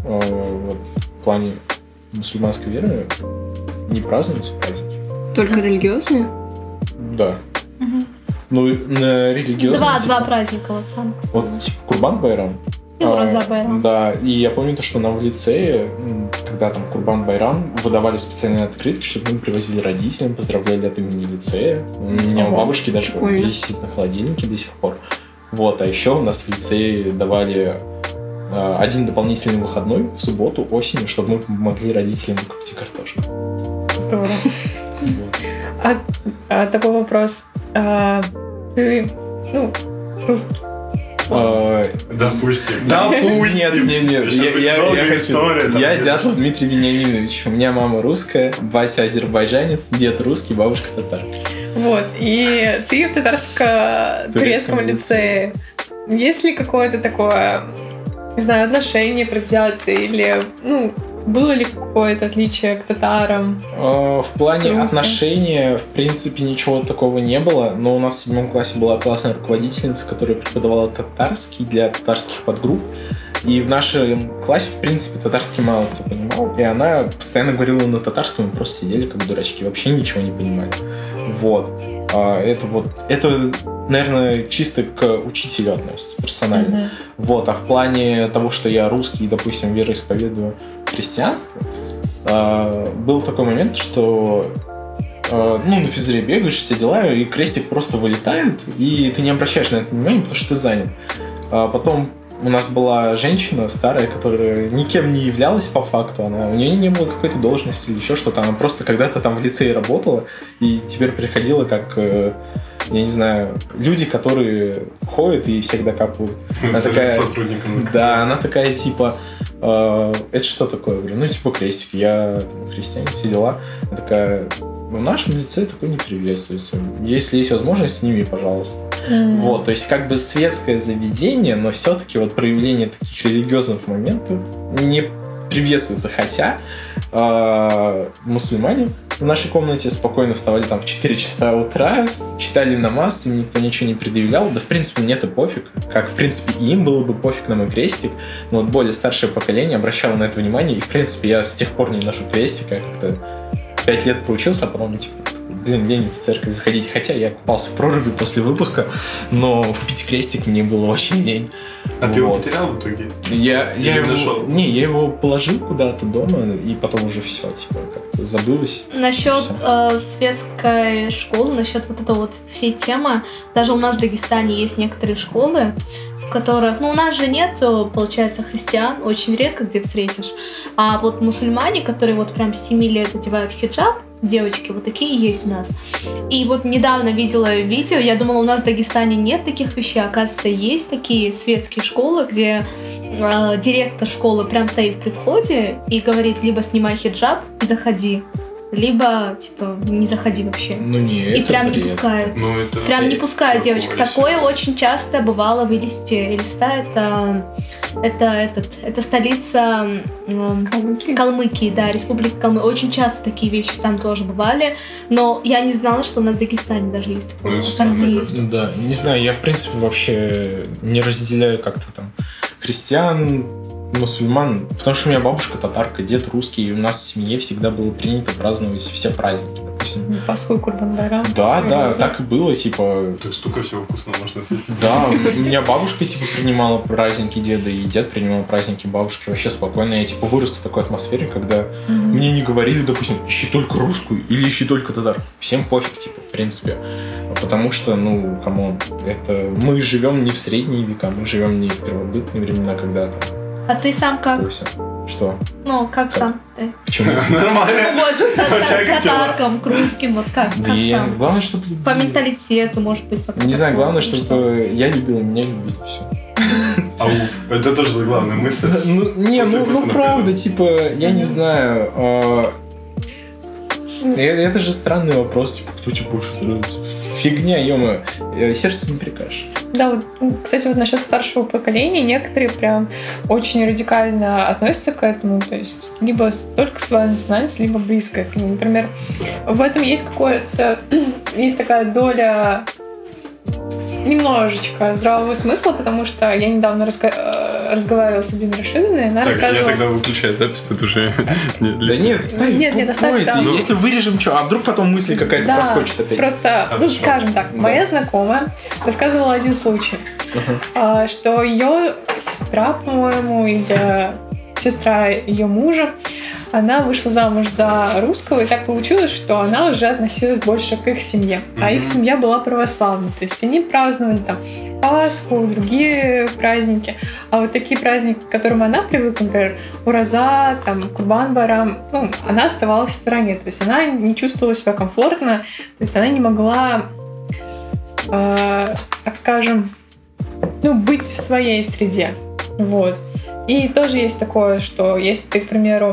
в плане мусульманской веры не празднуются праздники. Только религиозные? Да. На религиозные... Два праздника вот самых. Вот Курбан-Байрам. Роза-Байрам. Да, и я помню то, что нам в лицее, когда там Курбан-Байрам, выдавали специальные открытки, чтобы мы привозили родителям, поздравляли от имени лицея. У меня у бабушки даже висит на холодильнике до сих пор. Вот, а еще у нас в лицее давали 1 дополнительный выходной в субботу осенью, чтобы мы помогли родителям выкопать картошку. Здорово. Вот. Такой вопрос. Ты, русский, Допустим. Нет. Я Дятлов Дмитрий Вениаминович. У меня мама русская, батя азербайджанец, дед русский, бабушка татар. Вот, и ты в татарско-турецком лицее. Есть ли какое-то такое, не знаю, отношение предвзятое или, было ли какое-то отличие к татарам? В плане Русским? отношения, в принципе, ничего такого не было, но у нас в 7 классе была классная руководительница, которая преподавала татарский для татарских подгрупп, и в нашем классе, в принципе, татарский мало кто понимал, и она постоянно говорила на татарском, мы просто сидели как дурачки, вообще ничего не понимали. Вот. Это, наверное, чисто к учителю относится персонально. Вот. А в плане того, что я русский, допустим, вероисповедую христианство, был такой момент, что на физре бегаешь, все дела, и крестик просто вылетает, и ты не обращаешь на это внимания, потому что ты занят. Потом у нас была женщина старая, которая никем не являлась по факту. У нее не было какой-то должности или еще что-то. Она просто когда-то там в лицее работала и теперь приходила как, я не знаю, люди, которые ходят и всегда капают. Она такая, сотрудником. Да, она такая типа, это что такое? Я говорю, типа крестик, я христианин, все дела. Она такая, в нашем лице такое не приветствуется. Если есть возможность, сними, пожалуйста. Вот, то есть как бы светское заведение, но все-таки вот проявление таких религиозных моментов не приветствуется. Хотя мусульмане в нашей комнате спокойно вставали там в 4 часа утра, читали намаз, им никто ничего не предъявлял. Да, в принципе, мне это пофиг. Как, в принципе, и им было бы пофиг на мой крестик. Но вот более старшее поколение обращало на это внимание. И, в принципе, я с тех пор не ношу крестика. Я как-то 5 лет проучился, а потом, лень в церковь заходить. Хотя я купался в проруби после выпуска, но купить крестик мне было очень лень. А ты его потерял в итоге? Я его нашел? Не, я его положил куда-то дома, и потом уже все, как-то забылось. Насчет светской школы, насчет вот этой вот всей темы, даже у нас в Дагестане есть некоторые школы, в которых, у нас же нет, получается, христиан, очень редко где встретишь, а вот мусульмане, которые вот прям с 7 лет одевают хиджаб, девочки, вот такие есть у нас. И вот недавно видела видео, я думала, у нас в Дагестане нет таких вещей, оказывается, есть такие светские школы, где директор школы прям стоит при входе и говорит, либо снимай хиджаб и заходи, либо, не заходи вообще. И прям не пускают. Прям не пускают девочек. Такое очень часто бывало в Элисте. Элиста это столица Калмыкии, да, республика Калмыкия. Очень часто такие вещи там тоже бывали. Но я не знала, что у нас в Дагестане даже есть такое. Есть. Да, не знаю, я в принципе вообще не разделяю как-то там христиан, мусульман, потому что у меня бабушка татарка, дед русский, и у нас в семье всегда было принято праздновать все праздники, допустим. Пасху и Курбан-байрам. Да, так и было, Тут столько всего вкусного можно съесть. Да, у меня бабушка, принимала праздники деда, и дед принимал праздники бабушки вообще спокойно. Я, вырос в такой атмосфере, когда мне не говорили, допустим, ищи только русскую или ищи только татар. Всем пофиг, в принципе. Потому что, камон, это мы живем не в средние века, мы живем не в первобытные времена, когда там. А ты сам как? Что? Как сам ты? Почему? Нормально. Больше к татаркам, к русским, вот как сам? Главное, чтобы... По менталитету, может быть. Не знаю, главное, чтобы я любила, меня любили, все. Это тоже за главная мысль. Правда, я не знаю. Это же странный вопрос, кто тебе больше нравится. Фигня, ё-моё, сердце не прикажешь. Да, кстати, насчет старшего поколения, некоторые прям очень радикально относятся к этому, то есть либо только своя национальность, либо близкая к нему. Например, в этом есть есть такая доля немножечко здравого смысла, потому что я недавно разговаривала с Алиной Рашидовной, и она рассказывала... Я тогда выключаю запись, тут уже... Да нет, ставь. Нет, оставь там. Если вырежем, а вдруг потом мысль какая-то проскочит опять? Просто, скажем так, моя знакомая рассказывала один случай, что ее сестра, по-моему, или сестра ее мужа, она вышла замуж за русского, и так получилось, что она уже относилась больше к их семье. А их семья была православной. То есть они праздновали там Пасху, другие праздники. А вот такие праздники, к которым она привыкла, например, Ураза, там, Курбан-байрам, она оставалась в стороне. То есть она не чувствовала себя комфортно, то есть она не могла, так скажем, быть в своей среде. Вот. И тоже есть такое, что если ты, к примеру,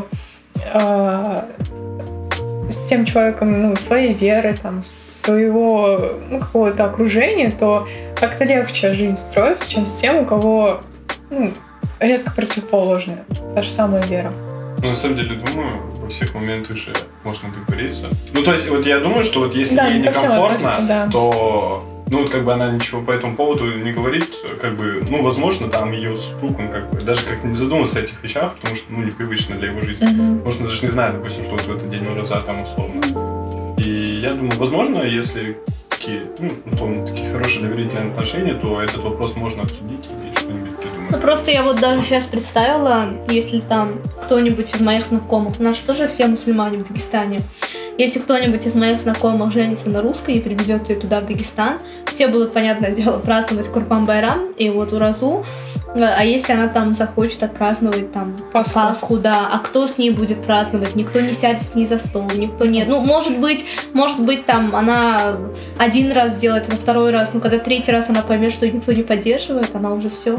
с тем человеком, своей веры, там, своего, какого-то окружения, то как-то легче жизнь строится, чем с тем, у кого, резко противоположная, та же самая вера. На самом деле, думаю, во всех моментах же можно договориться. То есть, вот я думаю, что вот если ей некомфортно, то, она ничего по этому поводу не говорит, возможно, там ее супруг, он даже как-то не задумывается о этих вещах, потому что, непривычно для его жизни. Может, он даже не знает, допустим, что вот в этот день уроза там условно. И я думаю, возможно, если такие, такие хорошие доверительные отношения, то этот вопрос можно обсудить и что-нибудь придумать. Просто я вот даже сейчас представила, если там кто-нибудь из моих знакомых, у нас тоже все мусульмане в Дагестане, если кто-нибудь из моих знакомых женится на русской и привезет ее туда, в Дагестан, все будут, понятное дело, праздновать Курбан-Байрам и вот Уразу. А если она там захочет отпраздновать там Пасху, да, а кто с ней будет праздновать? Никто не сядет с ней за стол, никто нет. Может быть, там она один раз делает, во второй раз, когда третий раз она поймет, что никто не поддерживает, она уже все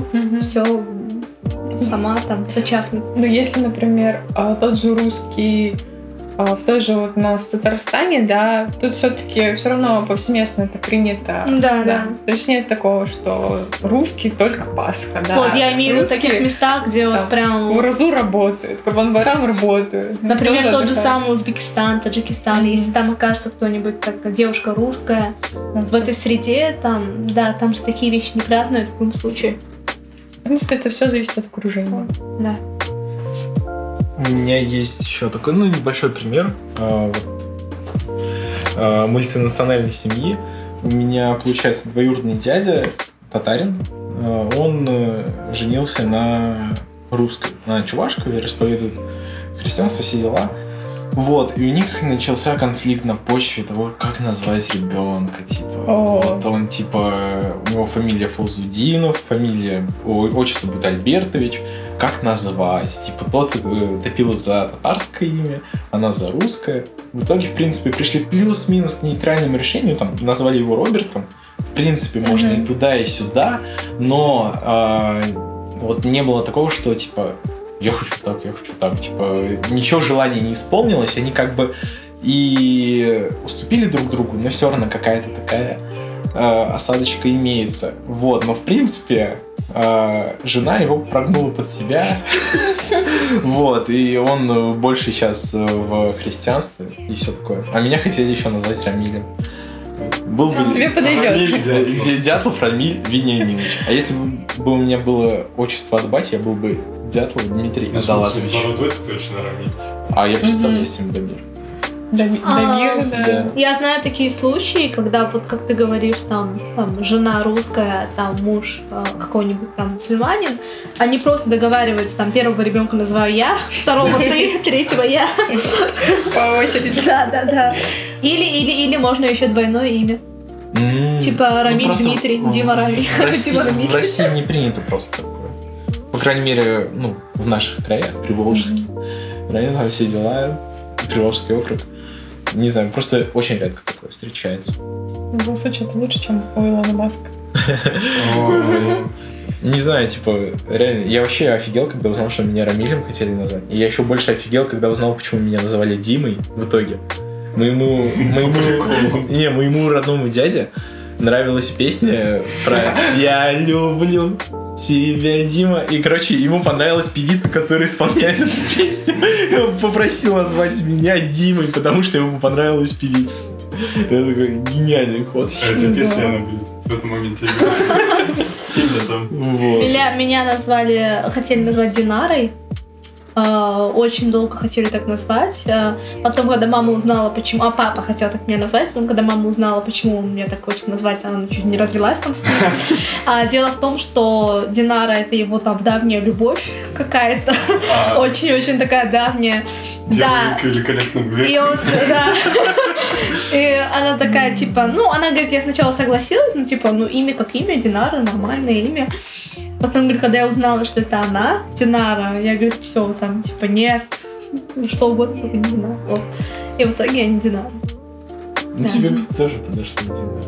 сама там зачахнет. Если, например, тот же русский в той же вот у нас в Татарстане, да, тут все-таки все равно повсеместно это принято. Да. То есть нет такого, что русский только Пасха, да. Вот, я имею в виду в таких местах, где вот прям... Уразу работает, Курбан-Байрам работает. Например, тот же самый Узбекистан, Таджикистан, если там окажется кто-нибудь, такая девушка русская, в этой среде, там же такие вещи не празднуют в любом случае. В принципе, это все зависит от окружения. Да. У меня есть еще такой, небольшой пример мультинациональной семьи. У меня, получается, двоюродный дядя, татарин, он женился на русской, на чувашке, вероисповедует христианство, все дела. Вот, и у них начался конфликт на почве того, как назвать ребенка, Вот он, у него фамилия Фаузудинов, отчество будет Альбертович, как назвать? Тот топил за татарское имя, она за русское. В итоге, в принципе, пришли плюс-минус к нейтральному решению, назвали его Робертом. В принципе, можно и туда, и сюда, но не было такого, что, я хочу так, ничего желания не исполнилось, они и уступили друг другу, но все равно какая-то такая осадочка имеется. Вот, но в принципе жена его прогнула под себя, вот, и он больше сейчас в христианстве и все такое. А меня хотели еще назвать Рамилем. Тебе подойдет. Дятлов Рамиль Вениаминович. А если бы у меня было отчество от бати, я был бы Дятлов Дмитрий Адалатович. Это точно Рамиль. А я представляю себе Дамир. Дамир, да. Я знаю такие случаи, когда, вот как ты говоришь, там жена русская, там муж какой-нибудь там мусульманин, они просто договариваются, первого ребенка называю я, второго ты, третьего я. По очереди. Да. Или можно еще двойное имя. Рамиль Дмитрий, Дима Рамиль. В России не принято просто такое. По крайней мере, в наших краях, Приволжске. Там все дела, Приволжский округ. Не знаю, просто очень редко такое встречается. В любом случае, это лучше, чем у Илона Маска. Не знаю, реально, я вообще офигел, когда узнал, что меня Рамилем хотели назвать. И я еще больше офигел, когда узнал, почему меня называли Димой в итоге. Моему родному дяде нравилась песня про «Я люблю тебя, Дима». И, ему понравилась певица, которая исполняет эту песню. Он попросил назвать меня Димой, потому что ему понравилась певица. Это такой гениальный ход. Эта песня, она будет в этом моменте. Меня хотели назвать Динарой. Очень долго хотели так назвать. Потом, когда мама узнала, почему... А папа хотел так меня назвать. Потом, когда мама узнала, почему он меня так хочет назвать, она чуть не развелась там с ним. Дело в том, что Динара — это его давняя любовь какая-то. Очень-очень такая давняя. Да. Великолепно. И он, да. И она такая, она говорит, я сначала согласилась, имя как имя, Динара, нормальное имя. Потом, говорит, когда я узнала, что это она, Динара, я, говорит, все, нет, что угодно, только не Динара. Вот. И в итоге я не Динара. Тебе бы тоже подошло Динара.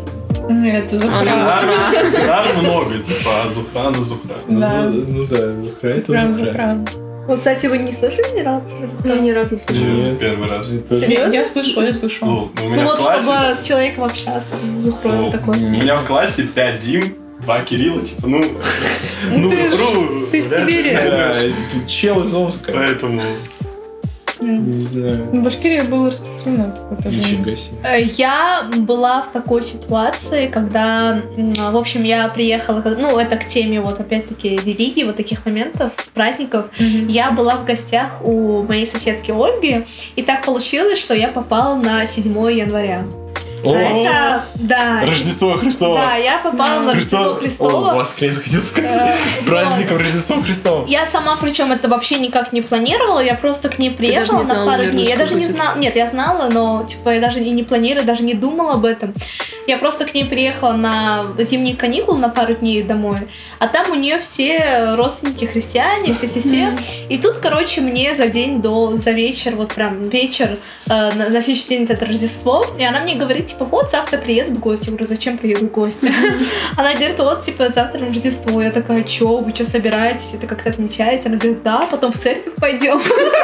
Это Зухра. Зухра много, типа, а Зухра на Зухра. Да. Ну да, Зухра это Прям Зухра. Зухра. Вот, кстати, вы не слышали ни разу? Я ни разу не слышала. Нет. Первый раз. Серьезно? Я слышала. Ну, у Ну меня в вот, классе... чтобы с человеком общаться. Зухрой ну, такой. У меня в классе 5 Дим, 2 Кирилла, типа, ну... Ну, ты Зухру ты из вряд ли. Сибири. Да, чел из Омска. Поэтому... Не знаю. В Башкирии было распространено такое тоже. Нифига себе. Я была в такой ситуации, когда, в общем, я приехала, ну, это к теме, вот, опять-таки, религии, вот таких моментов, праздников. Мгм. Я была в гостях у моей соседки Ольги, и так получилось, что я попала на 7 января. О, Это, да. Рождество Христово. Да, я попала на Рождество О, Христово. воскрес, хотел сказать. С праздником Рождества Христова. Я сама, причем это вообще никак не планировала, я просто к ней даже приехала не знала, на пару наверное, дней. Я что даже не будет. знала, нет, я знала, но типа я даже и не планировала, даже не думала об этом. Я просто к ней приехала на зимние каникулы на пару дней домой, а там у нее все родственники христиане, все. И тут, короче, мне за день за вечер, вот прям вечер, на следующий день это Рождество, и она мне говорит, типа, вот завтра приедут гости. Я говорю, зачем приедут гости? Она говорит, вот, типа, завтра Рождество. Я такая, чё, вы что собираетесь? Это как-то отмечаете? Она говорит, да, потом в церковь пойдем.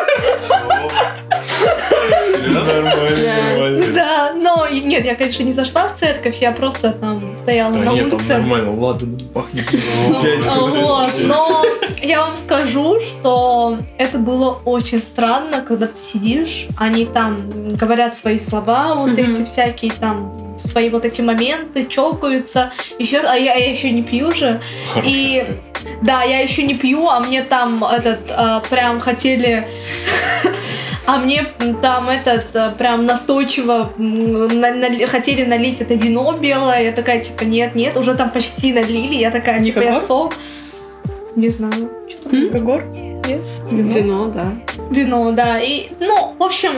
Нормально. Да, но нет, я, конечно, не зашла в церковь, я просто там стояла Да на нет, там улице. нормально, ладно, пахнет. Вот, но я вам скажу, что это было очень странно, когда ты сидишь, они там говорят свои слова, вот эти всякие там свои вот эти моменты, чокаются, еще, а я еще не пью же. И да, я еще не пью, а мне там прям хотели. А мне там прям настойчиво хотели налить это вино белое. Я такая, типа, нет, уже там почти налили. Я такая, типа, я сок. Не знаю. Что там? Когор? Нет? Вино, да. Вино, да. И, ну, в общем,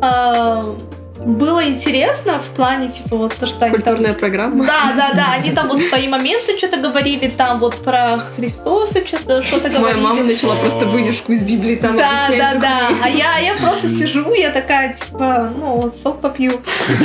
было интересно в плане, типа, вот то, что они там... Культурная программа. Да, они там вот свои моменты что-то говорили, там вот про Христоса что-то говорили. Моя мама начала просто выдержку из Библии там объяснять. Да. А я просто сижу, я такая, типа, ну, вот сок попью.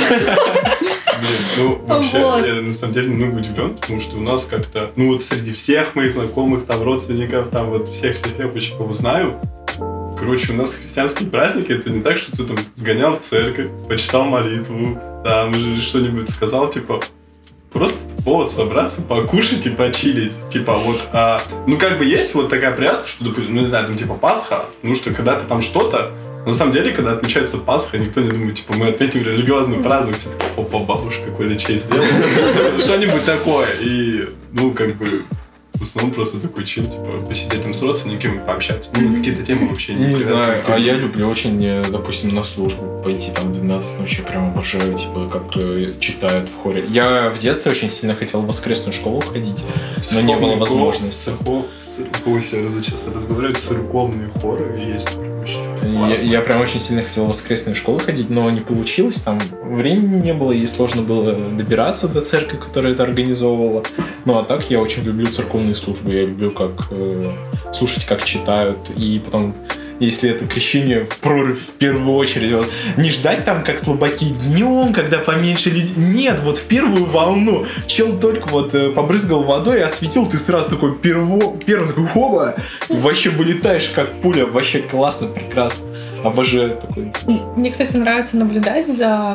Блин, ну, вообще, Вот. я на самом деле немного удивлен, потому что у нас как-то, ну, вот среди всех моих знакомых, там, родственников, там, вот всех вообще, кого знаю, короче, у нас христианские праздники, это не так, что ты там сгонял в церковь, почитал молитву, там, что-нибудь сказал, типа, просто повод собраться, покушать и почилить. Типа, вот, ну, как бы есть вот такая привязка, что, допустим, ну, не знаю, там, типа, Пасха, ну, что когда-то там что-то, на самом деле, когда отмечается Пасха, никто не думает, типа, мы отметим религиозный праздник, все такие, опа, бабушка, Коля честь сделала. Что-нибудь такое. И, ну, как бы, в основном просто такой чил, типа, посидеть там с родственниками, пообщаться. Ну, какие-то темы вообще не Не знаю, интересные. а я люблю очень, допустим, на службу пойти там в 12 ночи, прям обожаю, типа, как читают в хоре. Я в детстве очень сильно хотел в воскресную школу ходить, но не было возможности. Ой, я сейчас разговариваю, церковные хоры есть. Я прям очень сильно хотел в воскресную школу ходить, но не получилось, там времени не было, и сложно было добираться до церкви, которая это организовывала. Ну а так я очень люблю церковные службы, я люблю слушать, как читают, и потом, если это крещение в прорубь в первую очередь, вот, не ждать там, как слабаки, днем, когда поменьше людей. Нет, вот в первую волну чел только вот побрызгал водой и осветил, ты сразу такой первый такой, хоба, и вообще вылетаешь как пуля, вообще классно, прекрасно. Обожаю такой. Мне, кстати, нравится наблюдать за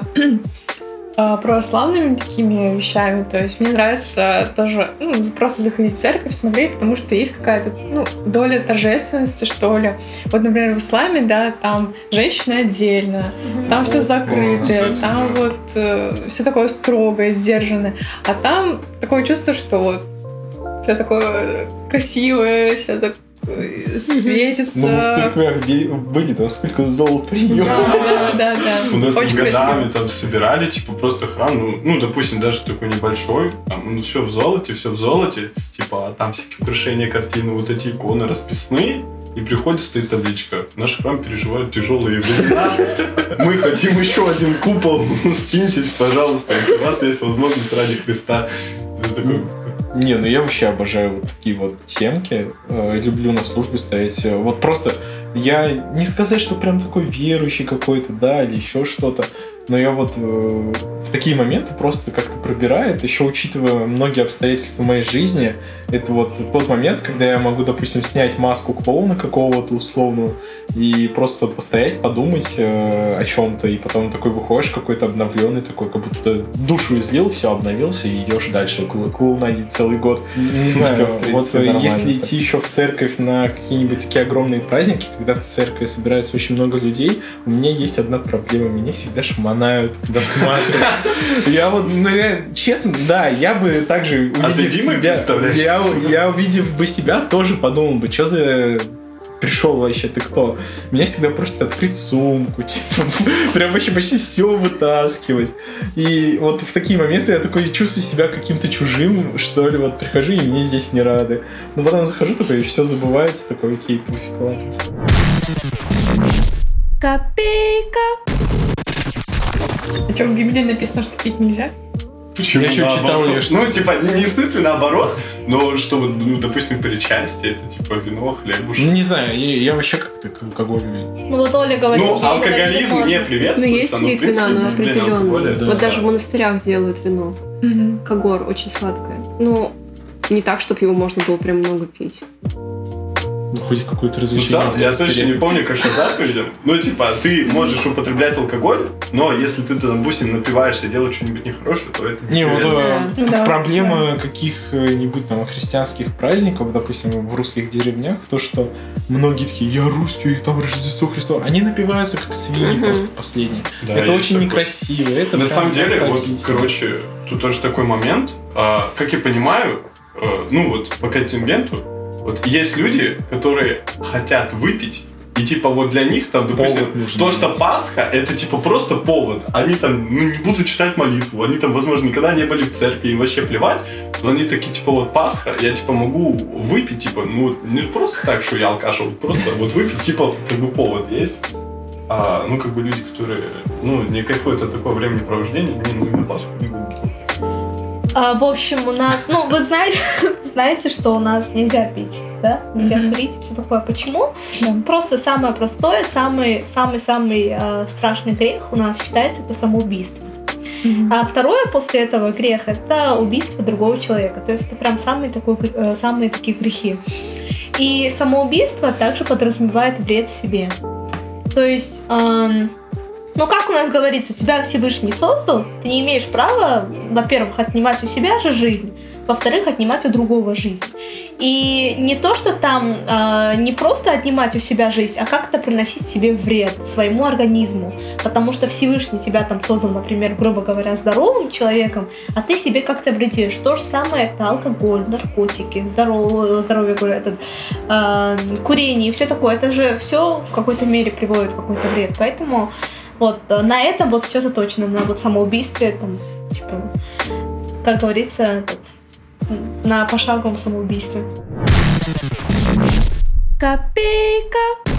православными такими вещами. То есть мне нравится тоже просто заходить в церковь, смотреть, потому что есть какая-то доля торжественности, что ли. Вот, например, в исламе, да, там женщины отдельно, там все закрыто, там вот все такое строгое, сдержанное. А там такое чувство, что вот все такое красивое, все так светится. Ну, мы в церквях были, там сколько золота. Да. У нас Очень годами красиво. там собирали, типа, просто храм, ну, допустим, даже такой небольшой, там, все в золоте, типа, а там всякие украшения, картины, вот эти иконы расписные, и приходит, стоит табличка. Наш храм переживает тяжелые времена. Мы хотим еще один купол. Скиньтесь, пожалуйста, если у вас есть возможность ради Христа. Это такой... Не, ну я вообще обожаю вот такие вот темки. Люблю на службе стоять. Вот просто я не сказать, что прям такой верующий какой-то, да, или еще что-то. но я вот в такие моменты просто как-то пробирает, еще учитывая многие обстоятельства моей жизни. Это вот тот момент, когда я могу, допустим, снять маску клоуна какого-то условного и просто постоять, подумать о чем-то, и потом такой выходишь какой-то обновленный, такой, как будто душу излил, все, обновился, и идешь дальше, клоунадить целый год. Не знаю, всё, в принципе, вот нормально. если идти еще в церковь на какие-нибудь такие огромные праздники, когда в церкви собирается очень много людей, у меня есть одна проблема, меня всегда шмонают, когда смотрят. Я вот, ну, честно, да, я бы также, А ты увидев Димой себя, представляешься? я увидев бы себя, тоже подумал бы, что за пришел вообще, ты кто? Меня всегда просят открыть сумку, типа, прям вообще почти все вытаскивать. И вот в такие моменты я такой чувствую себя каким-то чужим, что ли, вот прихожу, и мне здесь не рады. Но потом захожу такой, и все забывается, такой, окей, пофиг, ладно. Копейка. А что, в Библии написано, что пить нельзя? Почему Я ещё читал наоборот? её, что- Ну, типа, не в смысле наоборот, но что, вот, ну, допустим, причастие, это типа вино, хлебушек. Ну, не знаю, я вообще как-то к алкоголю... Ну вот Оля говорит, Ну, что алкоголизм не Ну, приветствуется. есть но, в вид принципе, вина, но употребление алкоголя, определенный. да, Вот даже да. в монастырях делают вино. Когор очень сладкое. Ну, не так, чтобы его можно было прям много пить. Ну, хоть какое-то Ну, развлечение. да, я точно не помню, как по заповедям. Ну, типа, ты можешь употреблять алкоголь, но если ты, допустим, напиваешься и делаешь что-нибудь нехорошее, то это Не, вот приветствуется. Да, проблема каких-нибудь там христианских праздников, допустим, в русских деревнях, то, что многие такие, я русский, и там Рождество Христово, они напиваются как свиньи просто последние. Да, Это есть очень такое. некрасиво. Это На прям самом деле, вот, отвратительно. короче, тут тоже такой момент. Как я понимаю, ну вот по контингенту, вот есть люди, которые хотят выпить, и типа вот для них там, допустим, Повод нужен. то, что Пасха, это типа просто повод. Они там не будут читать молитву, они там, возможно, никогда не были в церкви, им вообще плевать, но они такие, типа, вот Пасха, я типа могу выпить, типа, ну вот не просто так, что я алкаш, а вот просто вот выпить, типа, как бы повод есть. Ну, как бы люди, которые, ну, не кайфуют от такого времяпровождения, они на Пасху не будут. В общем, у нас, ну, вы знаете, что у нас нельзя пить, да? Нельзя курить, все такое. Почему? Да. Просто самое простое, самый страшный грех у нас считается это самоубийство. А второе после этого грех это убийство другого человека. То есть это прям самые такие грехи. И самоубийство также подразумевает вред себе. То есть, ну, как у нас говорится, тебя Всевышний создал, ты не имеешь права, во-первых, отнимать у себя же жизнь, во-вторых, отнимать у другого жизнь. И не то, что там не просто отнимать у себя жизнь, а как-то приносить себе вред своему организму. Потому что Всевышний тебя там создал, например, грубо говоря, здоровым человеком, а ты себе как-то вредишь. То же самое это алкоголь, наркотики, здоровье, говорю, курение и все такое. Это же все в какой-то мере приводит в какой-то вред. Поэтому вот на этом вот все заточено, на вот самоубийстве, там, типа, как говорится, на пошаговом самоубийстве. Копейка.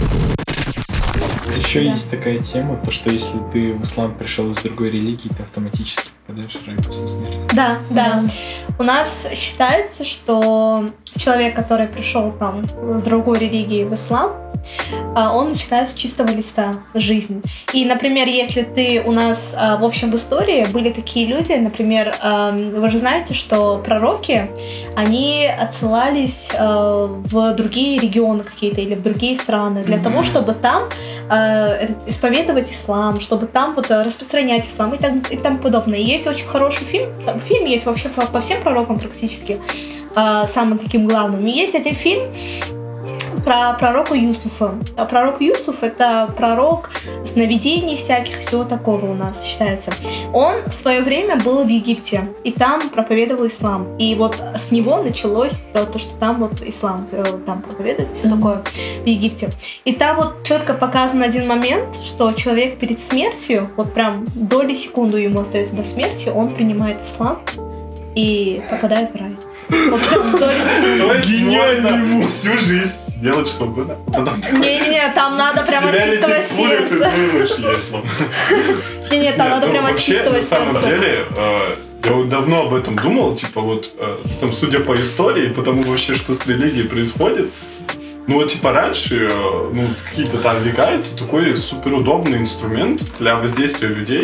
Еще Да. есть такая тема, то, что если ты в ислам пришел из другой религии, ты автоматически попадаешь в рай после смерти. Да. У нас считается, что человек, который пришел там с другой религии в ислам, он начинает с чистого листа жизнь. И, например, если ты у нас, в общем, в истории были такие люди, например, вы же знаете, что пророки, они отсылались в другие регионы какие-то или в другие страны для того, чтобы там исповедовать ислам, чтобы там вот распространять ислам и тому подобное. И есть очень хороший фильм, фильм есть вообще по всем пророкам практически, самым таким главным. И есть один фильм про пророка Юсуфа. А пророк Юсуф — это пророк сновидений всяких, всего такого у нас считается. Он в свое время был в Египте, и там проповедовал ислам. И вот с него началось то, что там вот ислам там проповедует, все такое в Египте. И там вот четко показан один момент, что человек перед смертью, вот прям доли секунды ему остается до смерти, он принимает ислам и попадает в рай. Вот прям доли секунды. То есть можно всю жизнь делать что угодно. Не-не-не, там надо прямо от чистого ты сердца. думаешь, если. Не-не, там надо прямо от чистого на самом сердца. деле, я вот давно об этом думал, типа вот, там, судя по истории, потому вообще, что с религией происходит, ну вот типа раньше, ну какие-то там века, это такой суперудобный инструмент для воздействия людей.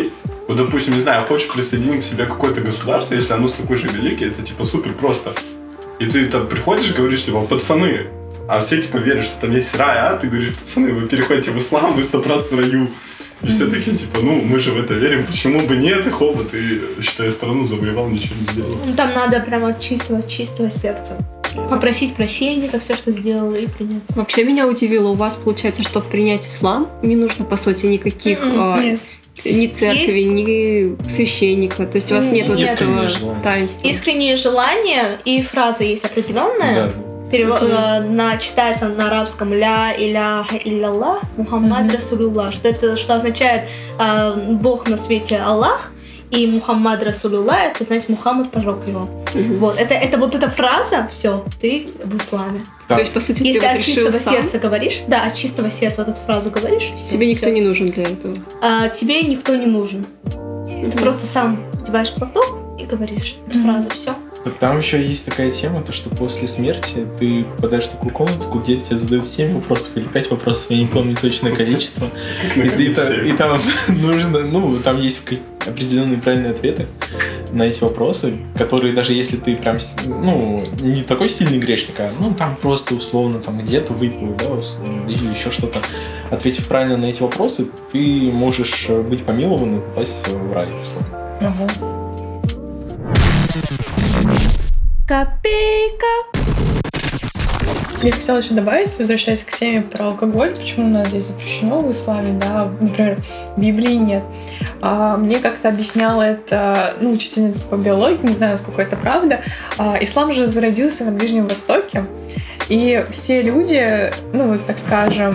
Вот, допустим, не знаю, хочешь присоединить к себе какое-то государство, если оно такое же великое, это типа супер просто. И ты там приходишь и говоришь, типа, пацаны, а все типа верят, что там есть рай, а ты говоришь, пацаны, вы переходите в ислам, вы 100% в раю. И все такие, типа, ну, мы же в это верим, почему бы нет, и хоба, ты, считай, страну завоевал, ничего не сделал. Там надо прямо от чистого сердца попросить прощения за все, что сделал, и принять. Вообще меня удивило, у вас получается, чтобы принять ислам, не нужно, по сути, никаких Нет. ни церкви, ни священника. То есть у вас нет вот Нет. этого Искреннее таинства. Искреннее желание, и фраза есть определенная. Читается на арабском «Ля иляха илlallah Мухаммад Расулуллах», что означает «Бог на свете Аллах», и Мухаммад Расулуллах, это значит Мухаммад пророк его. Вот, это вот эта фраза, все, ты в исламе. То есть, по сути, Если ты вот от решил чистого сам, сердца говоришь, да, от чистого сердца вот эту фразу говоришь, всё, тебе никто всё. не нужен для этого. Тебе никто не нужен. Ты просто сам одеваешь платок и говоришь эту фразу, все. Там еще есть такая тема, то что после смерти ты попадаешь в такую комнатку, где тебе задают 7 вопросов или 5 вопросов, я не помню точное количество. И там нужно, там есть определенные правильные ответы на эти вопросы, которые даже если ты прям, не такой сильный грешник, а там просто условно там где-то выпил, да, или еще что-то, ответив правильно на эти вопросы, ты можешь быть помилован и попасть в рай, условно. Копейка. Я хотела еще добавить, возвращаясь к теме про алкоголь, почему у нас здесь запрещено в исламе, да, например, в Библии нет. Мне как-то объясняла это, учительница по биологии, не знаю, насколько это правда. Ислам же зародился на Ближнем Востоке, и все люди, так скажем,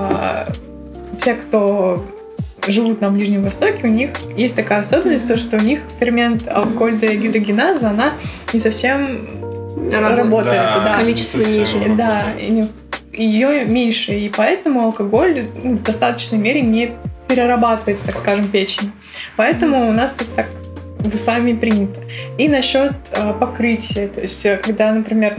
те, кто живут на Ближнем Востоке, у них есть такая особенность, то, что у них фермент алкоголь-дегидрогеназа, она не совсем работает. Да. Количество ниже. Да, ее меньше, и поэтому алкоголь в достаточной мере не перерабатывается, так скажем, печень. Поэтому у нас так в исламе принято. И насчет покрытия, то есть когда, например,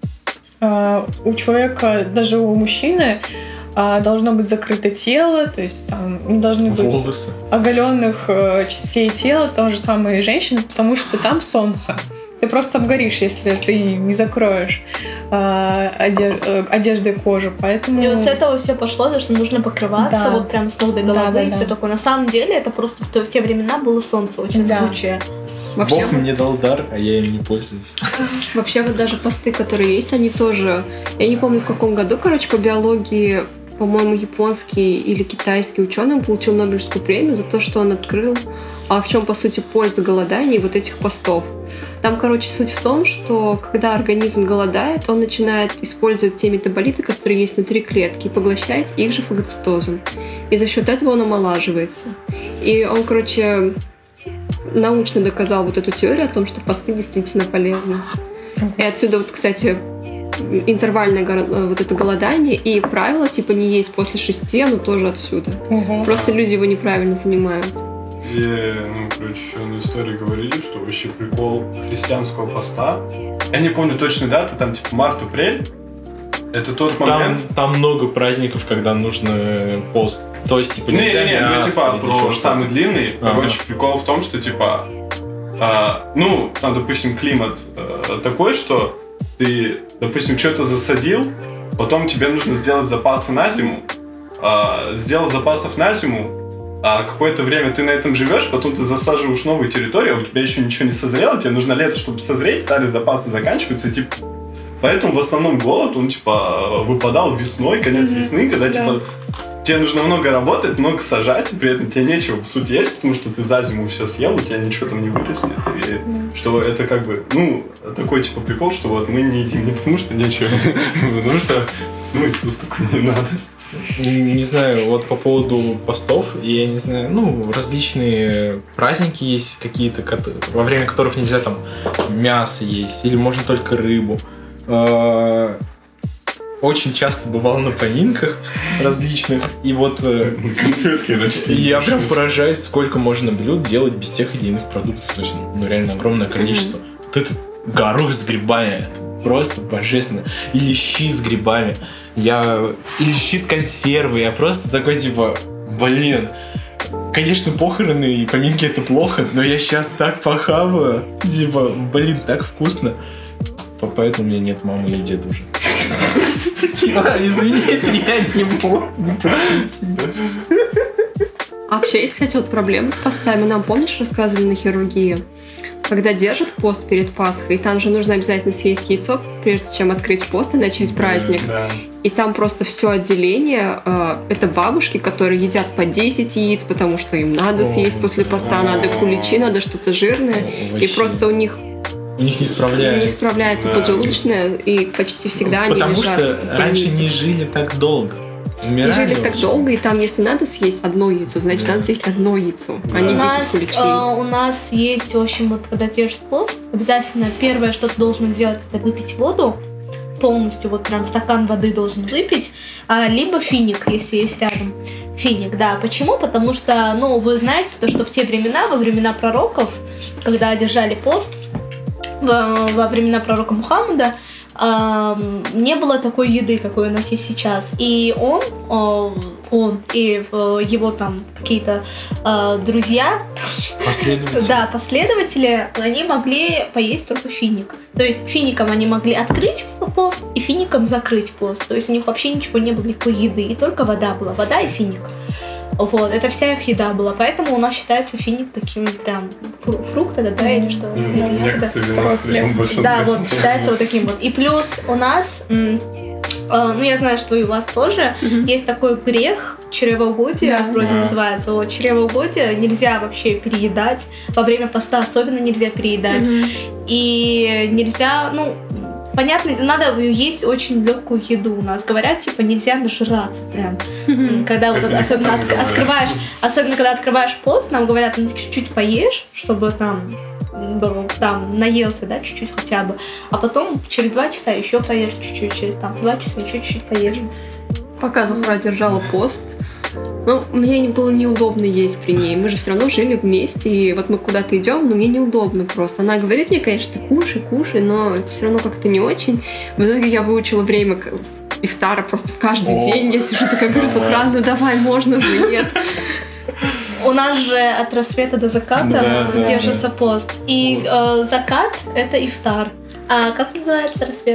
у человека, даже у мужчины, должно быть закрыто тело, то есть там не должны быть волосы, оголенных частей тела, то же самое и женщины, потому что там солнце. Ты просто обгоришь, если ты не закроешь одеждой кожу, поэтому... И вот с этого все пошло, то, что нужно покрываться вот прям с ног до головы, и все такое. На самом деле это просто в те времена было солнце очень жгучее. Вообще, Бог мне дал дар, а я им не пользуюсь. Вообще вот даже посты, которые есть, они тоже... Я не помню, в каком году, по биологии, по-моему, японский или китайский ученый получил Нобелевскую премию за то, что он открыл, в чем, по сути, польза голодания и вот этих постов. Там, суть в том, что когда организм голодает, он начинает использовать те метаболиты, которые есть внутри клетки, и поглощать их же фагоцитозом. И за счет этого он омолаживается. И он, научно доказал вот эту теорию о том, что посты действительно полезны. И отсюда вот, кстати, интервальное вот это голодание и правило, не есть после 6, оно тоже отсюда. Просто люди его неправильно понимают. И, еще на истории говорили, что вообще прикол христианского поста. Я не помню точной даты, там март-апрель. Это тот момент... Там много праздников, когда нужно пост. То есть, нельзя мясо, про самый длинный. Прикол в том, что, там, допустим, климат такой, что ты, допустим, что-то засадил, потом тебе нужно сделать запасы на зиму. Сделал запасов на зиму, какое-то время ты на этом живешь, потом ты засаживаешь новую территорию, а у тебя еще ничего не созрело, тебе нужно лето, чтобы созреть, старые запасы заканчиваются, и поэтому в основном голод, он выпадал весной, конец весны, когда тебе нужно много работать, много сажать, и при этом тебе нечего по сути есть, потому что ты за зиму все съел, у тебя ничего там не вырастет. И что это такой прикол, что вот мы не едим не потому что нечего, потому что Иисус такой не надо. Не знаю, вот по поводу постов, я не знаю, различные праздники есть какие-то, во время которых нельзя там мясо есть, или можно только рыбу. Очень часто бывал на поминках различных, и вот я прям поражаюсь, сколько можно блюд делать без тех или иных продуктов, то есть, реально огромное количество. Вот этот горох с грибами, это просто божественно, или щи с грибами, или щи с консервой, я просто такой блин, конечно, похороны и поминки это плохо, но я сейчас так похаваю. Типа, блин, так вкусно. Поэтому у меня нет мамы и деда уже. Извините, я не могу. А вообще есть, кстати, вот проблемы с постами. Нам, помнишь, рассказывали на хирургии? Когда держат пост перед Пасхой, и там же нужно обязательно съесть яйцо, прежде чем открыть пост и начать праздник. Да. И там просто все отделение это бабушки, которые едят по 10 яиц, потому что им надо съесть после поста, надо куличи, надо что-то жирное. И просто у них не справляется. Поджелудочная, и почти всегда они потому лежат. Потому что раньше не жили так долго. Не жили так долго, и там, если надо съесть одно яйцо, значит, надо съесть одно яйцо, а не 10 куличей. У нас есть, в общем, вот когда держишь пост, обязательно первое, что ты должен сделать, это выпить воду полностью, вот прям стакан воды должен выпить, либо финик, если есть рядом. Финик, да. Почему? Потому что, вы знаете, то, что в те времена, во времена пророков, когда держали пост, во времена пророка Мухаммада, не было такой еды, какой у нас есть сейчас. И он и его там какие-то друзья, последователи, они могли поесть только финик. То есть фиником они могли открыть пост и фиником закрыть пост. То есть у них вообще ничего не было, никакой еды, и только вода была, вода и финик. Вот, это вся их еда была, поэтому у нас считается финик таким прям фруктом, да, или что? У меня как-то вино с хлебом больше. Да, вот считается вот таким вот. И плюс у нас, я знаю, что и у вас тоже, есть такой грех чревоугодия, вроде называется. Вот, чревоугодие нельзя вообще переедать, во время поста особенно нельзя переедать. И нельзя, понятно, надо есть очень легкую еду. У нас говорят, нельзя нажраться прям. Когда вот особенно когда открываешь пост, нам говорят, чуть-чуть поешь, чтобы там наелся, да, чуть-чуть хотя бы. А потом через 2 часа еще поешь чуть-чуть, через 2 часа еще чуть-чуть поешь. Пока Зухра держала пост, мне было неудобно есть при ней. Мы же все равно жили вместе, и вот мы куда-то идем, но мне неудобно просто. Она говорит мне, конечно, кушай, но все равно как-то не очень. В итоге я выучила время ифтара просто в каждый день. Я сижу такая, говорю, Зухра, давай, можно же, нет. У нас же от рассвета до заката держится пост. И закат — это ифтар. А как называется рассвет?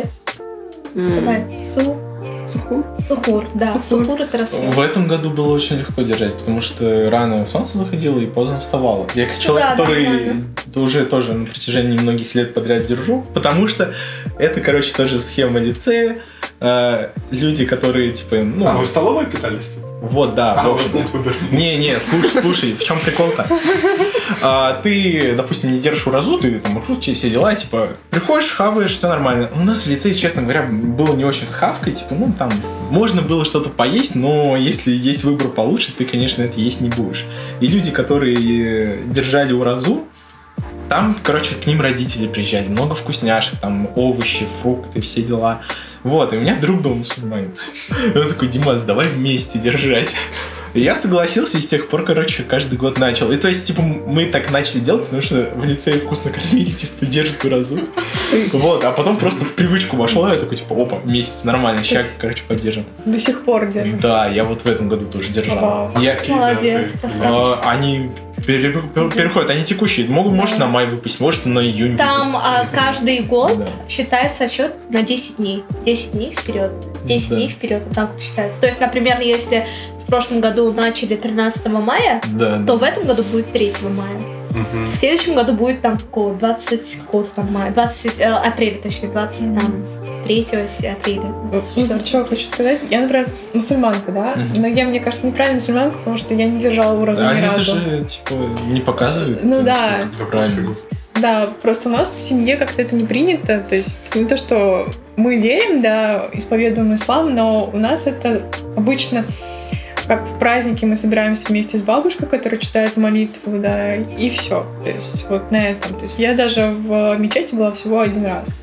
Сухур, да. Сухур — это рассвет. В этом году было очень легко держать, потому что рано солнце заходило и поздно вставало. Я как человек, который уже тоже на протяжении многих лет подряд держу, потому что это, тоже схема лицея. Люди, которые, вы в столовой питались? Вот, да. У вас нет выбора. Не, слушай, в чем прикол-то? Ты, допустим, не держишь уразу, ты там руки, все дела, приходишь, хаваешь, все нормально. У нас в лицее, честно говоря, было не очень с хавкой, там можно было что-то поесть, но если есть выбор получше, ты, конечно, это есть не будешь. И люди, которые держали уразу, там, к ним родители приезжали, много вкусняшек, там овощи, фрукты, все дела. Вот, и у меня друг был мусульманин. И он такой, Димас, давай вместе держать. И я согласился, и с тех пор, каждый год начал. И то есть, мы так начали делать, потому что в лицее вкусно кормили тех, кто держит уразу. Вот, а потом просто в привычку вошло, я такой, опа, месяц, нормально, сейчас, поддержим. До сих пор держим. Да, я вот в этом году тоже держал. Молодец, красавчик. Они переходят, они текущие. Может на май выпустить, может на июнь выпустить. Там каждый год считается отчет на 10 дней. 10 дней вперед. 10 дней вперед, вот так вот считается. То есть, например, если в прошлом году начали 13 мая, то в этом году будет 3 мая. В следующем году будет 20 мая, 20 апреля, точнее, 23 апреля. Что я хочу сказать? Я, например, мусульманка, да? Но я, мне кажется, неправильно мусульманка, потому что я не держала уразу ни разу. Они же, не показывают. Да. Правильно. Да, просто у нас в семье как-то это не принято. То есть не то, что мы верим, да, исповедуем ислам, но у нас это обычно как в празднике мы собираемся вместе с бабушкой, которая читает молитву, да, и все. То есть вот на этом. То есть я даже в мечети была всего 1 раз.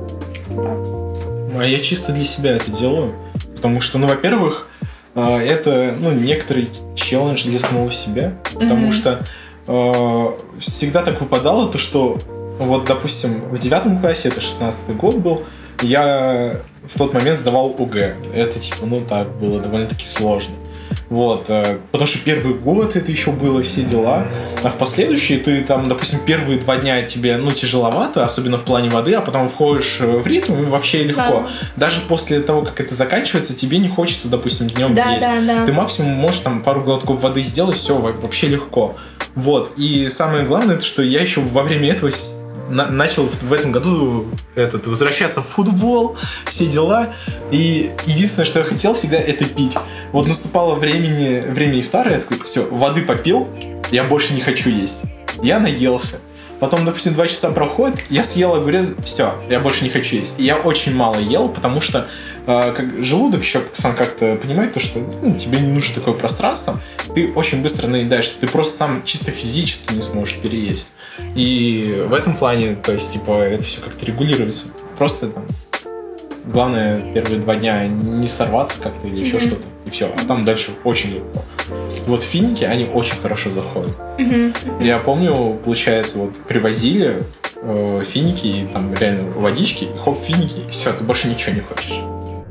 А я чисто для себя это делаю, потому что, во-первых, это, некоторый челлендж для самого себя, потому что всегда так выпадало, то что, вот, допустим, в 9 классе, это 16-й год был, я в тот момент сдавал ОГЭ. Это, так было довольно-таки сложно. Вот, потому что первый год это еще было, все дела. А в последующие ты там, допустим, первые 2 дня тебе, тяжеловато, особенно в плане воды, а потом входишь в ритм и вообще легко. Даже после того, как это заканчивается, тебе не хочется, допустим, днем есть. Ты максимум можешь там пару глотков воды сделать, все, вообще легко. Вот, и самое главное, это что я еще во время этого начал в этом году возвращаться в футбол, все дела. И единственное, что я хотел всегда, это пить. Вот наступало время ифтара, я такой, все, воды попил, я больше не хочу есть. Я наелся. Потом, допустим, 2 часа проходит, я съел огурец, все, я больше не хочу есть. И я очень мало ел, потому что желудок еще сам как-то понимает то, что тебе не нужно такое пространство, ты очень быстро наедаешься, ты просто сам чисто физически не сможешь переесть. И в этом плане, то есть, это все как-то регулируется. Просто главное первые 2 дня не сорваться как-то или еще что-то, и все. А там дальше очень легко. Вот финики, они очень хорошо заходят. Я помню, получается, привозили финики, и там реально водички, и хоп, финики, и все, ты больше ничего не хочешь.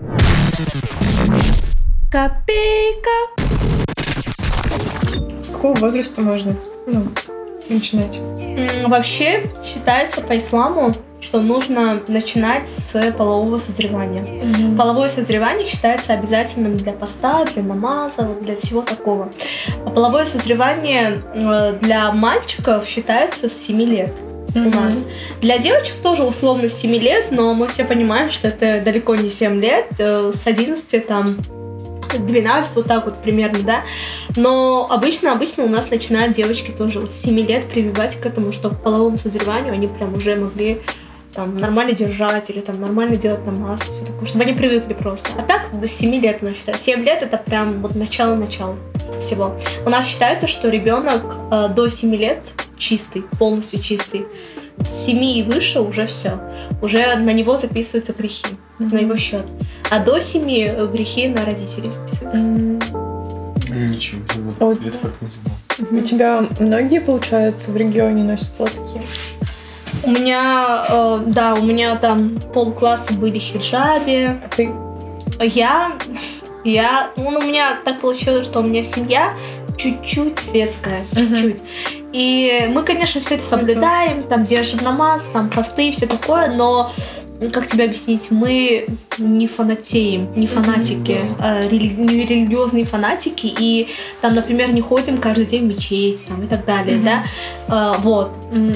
Копейка. С какого возраста можно начинать? Вообще считается по исламу, что нужно начинать с полового созревания. Половое созревание считается обязательным для поста, для намаза, для всего такого. А половое созревание для мальчиков считается с 7 лет. У нас. Для девочек тоже условно с 7 лет, но мы все понимаем, что это далеко не 7 лет, с 11 12, вот так вот примерно, да. Но обычно у нас начинают девочки тоже с 7 лет прививать к этому, что к половому созреванию они прям уже могли нормально держать или нормально делать намаз, все такое, чтобы они привыкли просто. А так до 7 лет, я считаю. 7 лет это прям начало всего. У нас считается, что ребенок до 7 лет чистый, полностью чистый. С 7 и выше уже все. Уже на него записываются грехи, на его счет. А до 7 грехи на родителей записываются. Ничего, этот факт не знал. У тебя многие, получается, в регионе носят платки? У меня там полкласса были в хиджабе. А ты? У меня так получилось, что у меня семья чуть-чуть светская, чуть-чуть. И мы, конечно, все это соблюдаем, держим намаз, посты и все такое, но, как тебе объяснить, мы не фанатеем, не фанатики, не религиозные фанатики, и например, не ходим каждый день в мечеть и так далее, да, вот.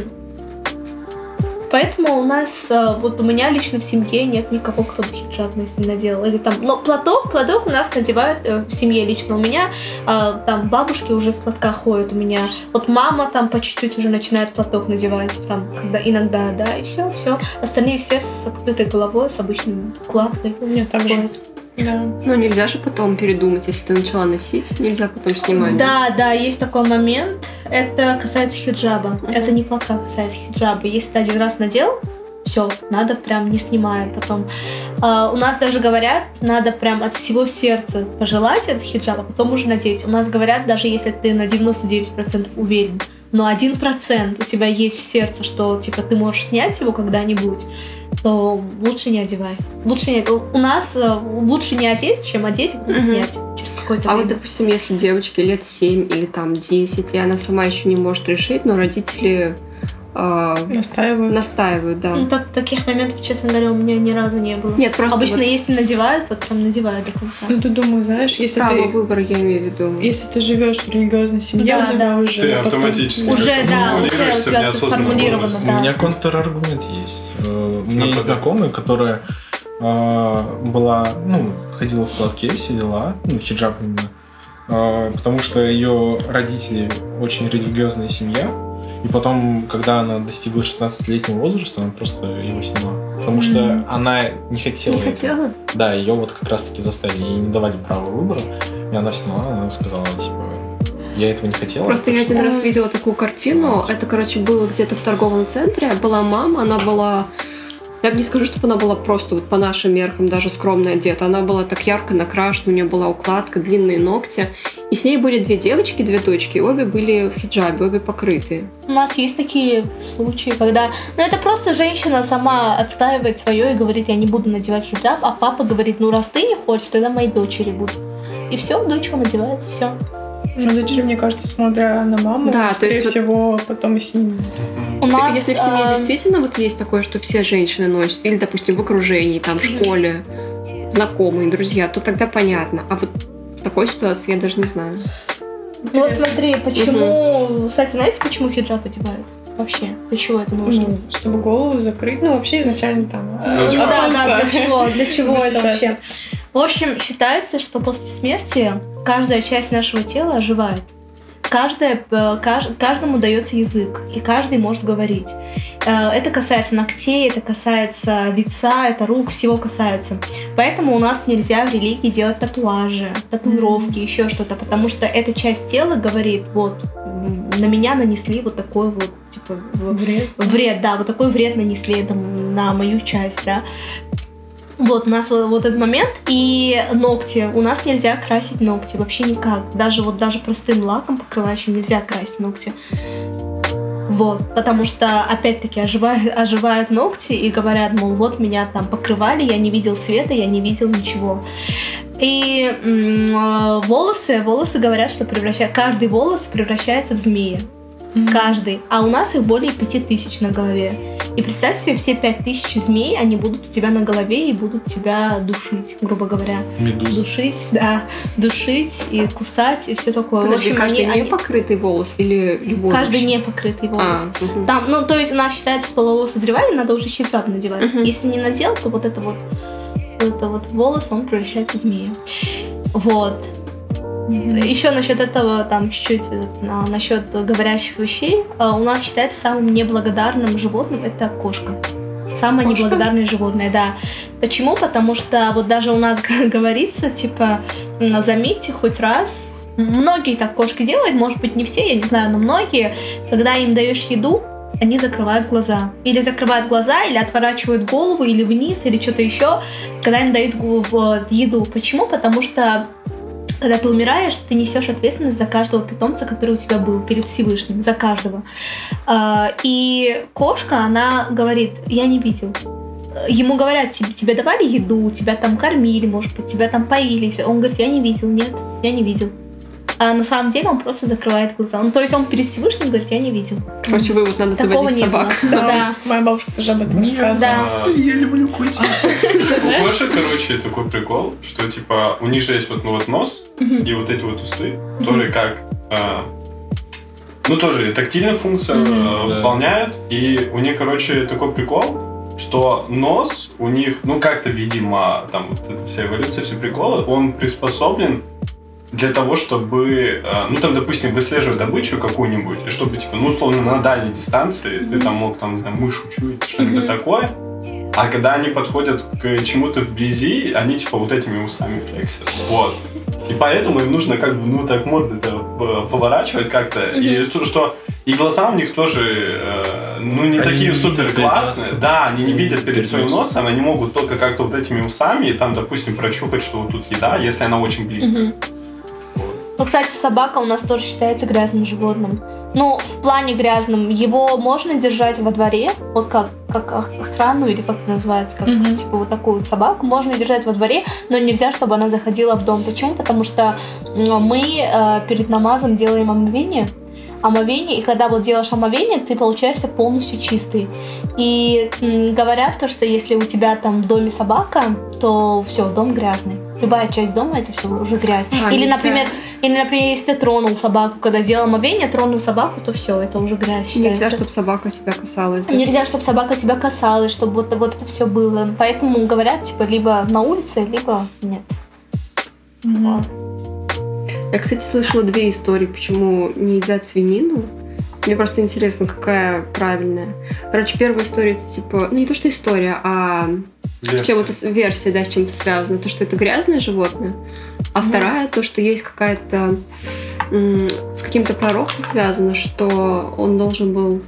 Поэтому у нас, у меня лично в семье нет никакого, кто бы хиджаб не надел. Или но платок у нас надевают в семье лично у меня. Бабушки уже в платках ходят у меня. Вот мама по чуть-чуть уже начинает платок надевать, когда иногда, да, и все. Остальные все с открытой головой, с обычной укладкой. У меня так же. Да. Но нельзя же потом передумать, если ты начала носить, нельзя потом снимать. Да, есть такой момент. Это касается хиджаба. Это не платка касается хиджаба. Если ты один раз надел, все, надо прям не снимая потом. У нас даже говорят, надо прям от всего сердца пожелать этот хиджаб, а потом уже надеть. У нас говорят, даже если ты на 99% уверен, но 1% у тебя есть в сердце, что ты можешь снять его когда-нибудь, то лучше не одевай. У нас лучше не одеть, чем одеть и снять через какое-то время. А вот, допустим, если девочке лет 7 или 10, и она сама еще не может решить, но родители настаивают, да. Таких моментов, честно говоря, у меня ни разу не было. Нет, просто обычно, если надевают, прям надевают до конца. Ты думаю, знаешь, если право выбора, я имею в виду. Если ты живешь в религиозной семье, у тебя уже... Ты автоматически уже у тебя сформулировано, да. У меня контраргумент есть. У меня есть знакомая, которая ходила в платке, все дела, хиджаб именно, потому что ее родители очень религиозная семья. И потом, когда она достигла 16-летнего возраста, она просто его сняла. Потому что она не хотела. Не хотела? Да, ее как раз-таки заставили. Ей не давали права выбора. И она сняла, она сказала, я этого не хотела. Просто я один раз видела такую картину. Это, было где-то в торговом центре. Была мама, она была... Я бы не скажу, чтобы она была просто по нашим меркам даже скромно одета. Она была так ярко накрашена, у нее была укладка, длинные ногти. И с ней были 2 девочки, 2 дочки. Обе были в хиджабе, обе покрытые. У нас есть такие случаи, когда... это просто женщина сама отстаивает свое и говорит, я не буду надевать хиджаб, а папа говорит, раз ты не хочешь, тогда мои дочери будут. и все, дочка надевается, все. Ну, дочери, мне кажется, смотря на маму, Да, то скорее есть всего, потом и с ним. У нас, Если в семье действительно вот есть такое, что все женщины носят, или, допустим, в окружении, там, в школе, знакомые, друзья, то тогда понятно. А вот в такой ситуации я даже не знаю. Вот смотри, почему... Кстати, знаете, почему хиджаб одевают? Вообще, для чего это нужно? Ну, чтобы голову закрыть. Ну, вообще изначально там. Ну, типа, Да, для чего это Защищаться. вообще? В общем, считается, что после смерти каждая часть нашего тела оживает. Каждому дается язык, и каждый может говорить. Это касается ногтей, это касается лица, это рук, всего касается. Поэтому у нас нельзя в религии делать татуажи, татуировки, еще что-то, потому что эта часть тела говорит, вот, на меня нанесли вот такой вот, типа, вред, да, вот такой вред нанесли на мою часть, да. Вот у нас вот этот момент, и ногти. У нас нельзя красить ногти, вообще никак. Даже простым лаком покрывающим нельзя красить ногти. Вот, потому что, опять-таки, оживают ногти и говорят, мол, вот меня там покрывали, я не видел света, я не видел ничего. И волосы говорят, что каждый волос превращается в змея. Каждый. А у нас их более 5000 на голове. И представь себе, все 5000 змей, они будут у тебя на голове и будут тебя душить, грубо говоря. Медуза. Душить, да. Душить и кусать, и все такое. Подожди, в общем, каждый они- не покрытый волос или любой? Каждый вообще? не покрытый волос. Мгм. Там, ну, то есть у нас считается, с полового созревания надо уже хиджаб надевать. Мгм. Если не надел, то вот это вот волос, он превращается в змея. Вот. Еще насчет этого, там, чуть-чуть насчет говорящих вещей. У нас считается самым неблагодарным животным это кошка. Самое Кошка? неблагодарное животное, да. Почему? Потому что вот даже у нас говорится, типа, заметьте хоть раз, многие так кошки делают, может быть, не все, я не знаю, но многие, когда им даешь еду, они закрывают глаза. Или закрывают глаза, или отворачивают голову, или вниз, или что-то еще, когда им дают еду. Почему? Потому что когда ты умираешь, ты несешь ответственность за каждого питомца, который у тебя был перед Всевышним, за каждого. И кошка, она говорит, я не видел. Ему говорят, тебе давали еду, тебя там кормили, может быть, тебя там поили. Он говорит, я не видел, нет, я не видел. А на самом деле он просто закрывает глаза. То есть он перед Всевышним говорит, я не видел. Короче, вывод, надо Такого заводить не было. собак. Да. Моя бабушка тоже об этом рассказывала. Да. Я люблю котиков. У кошек, короче, такой прикол, что типа у них же есть вот нос и вот эти вот усы, которые как тоже тактильную функцию выполняют. И у них, короче, такой прикол, что нос у них, как-то, видимо, там вот эта вся эволюция, все приколы, он приспособлен для того, чтобы, допустим, выслеживать добычу какую-нибудь, и чтобы, типа, условно, на дальней дистанции ты там мог, мышь учуять, что-нибудь такое, а когда они подходят к чему-то вблизи, они, типа, вот этими усами флексят. Вот. И поэтому им нужно, как бы, так морды-то поворачивать как-то, и что... И глаза у них тоже, не Они такие не супер видят классные. перед носом. Да, они не видят перед своим носом. носом, они могут только как-то вот этими усами, и там, допустим, прочухать, что вот тут еда, если она очень близко. Ну, кстати, собака у нас тоже считается грязным животным. В плане грязным. Его можно держать во дворе, вот как охрану, или как это называется, как типа вот такую вот собаку. Можно держать во дворе, но нельзя, чтобы она заходила в дом. Почему? Потому что мы перед намазом делаем омовение, и когда вот делаешь омовение, ты получаешься полностью чистый. И говорят то, что если у тебя там в доме собака, то все, дом грязный. Любая часть дома, это все уже грязь. Или, например, если ты тронул собаку, когда сделал омовение, тронул собаку, то все, это уже грязь считается. Нельзя, чтобы собака тебя касалась. Да? Нельзя, чтобы собака тебя касалась, чтобы вот это все было. Поэтому говорят, типа, либо на улице, либо нет. Вот. Я, кстати, слышала 2 истории, почему не едят свинину. Мне просто интересно, какая правильная. Короче, первая история, это типа, не то что история, а с чем это версия, да, с чем-то связано. То, что это грязное животное. А вторая, то, что есть какая-то с каким-то пророком связано, что он должен был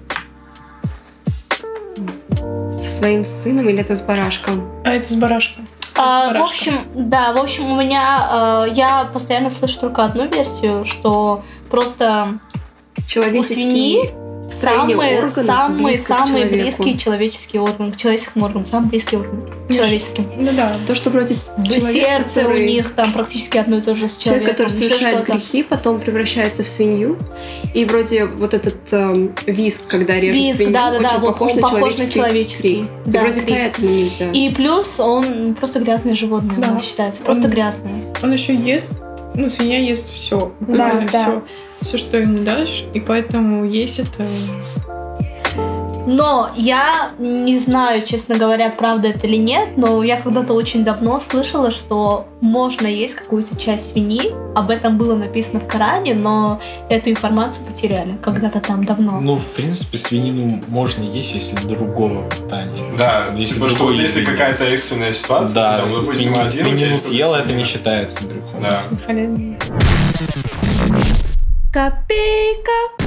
со своим сыном, или это с барашком. А это с барашком. В общем, у меня я постоянно слышу только одну версию, что просто у свиньи Строение органов близко к самые человеку. близкие человеческие органы, к человеческим органам, самые близкие органы к человеческим. Ну да. То, что вроде человек, Сердце который- у них там практически одно и то же с Человек, человеком. который еще совершает что-то. грехи, потом превращается в свинью. И вроде вот этот виск, когда режет Визг, свинью, да-да-да, очень вот похож он на похож на человеческий человеческий. крик. И Да, вроде крик. поэтому нельзя. И плюс он просто грязное животное, Да. у нас считается. Просто Он- грязное. Он еще ест, ну, свинья ест все. Да, да. Все, что ему дашь, и поэтому есть это. Но я не знаю, честно говоря, правда это или нет, но я когда-то очень давно слышала, что можно есть какую-то часть свиньи. Об этом было написано в Коране, но эту информацию потеряли когда-то там давно. Ну, в принципе, свинину можно есть, если другого питания. Да, если типа, что другой вот если еды. какая-то экстренная ситуация, Да, там, если допустим, один свинину есть съел, что-то это не свинина. считается брюхом. Да. Халяльное. Копейка.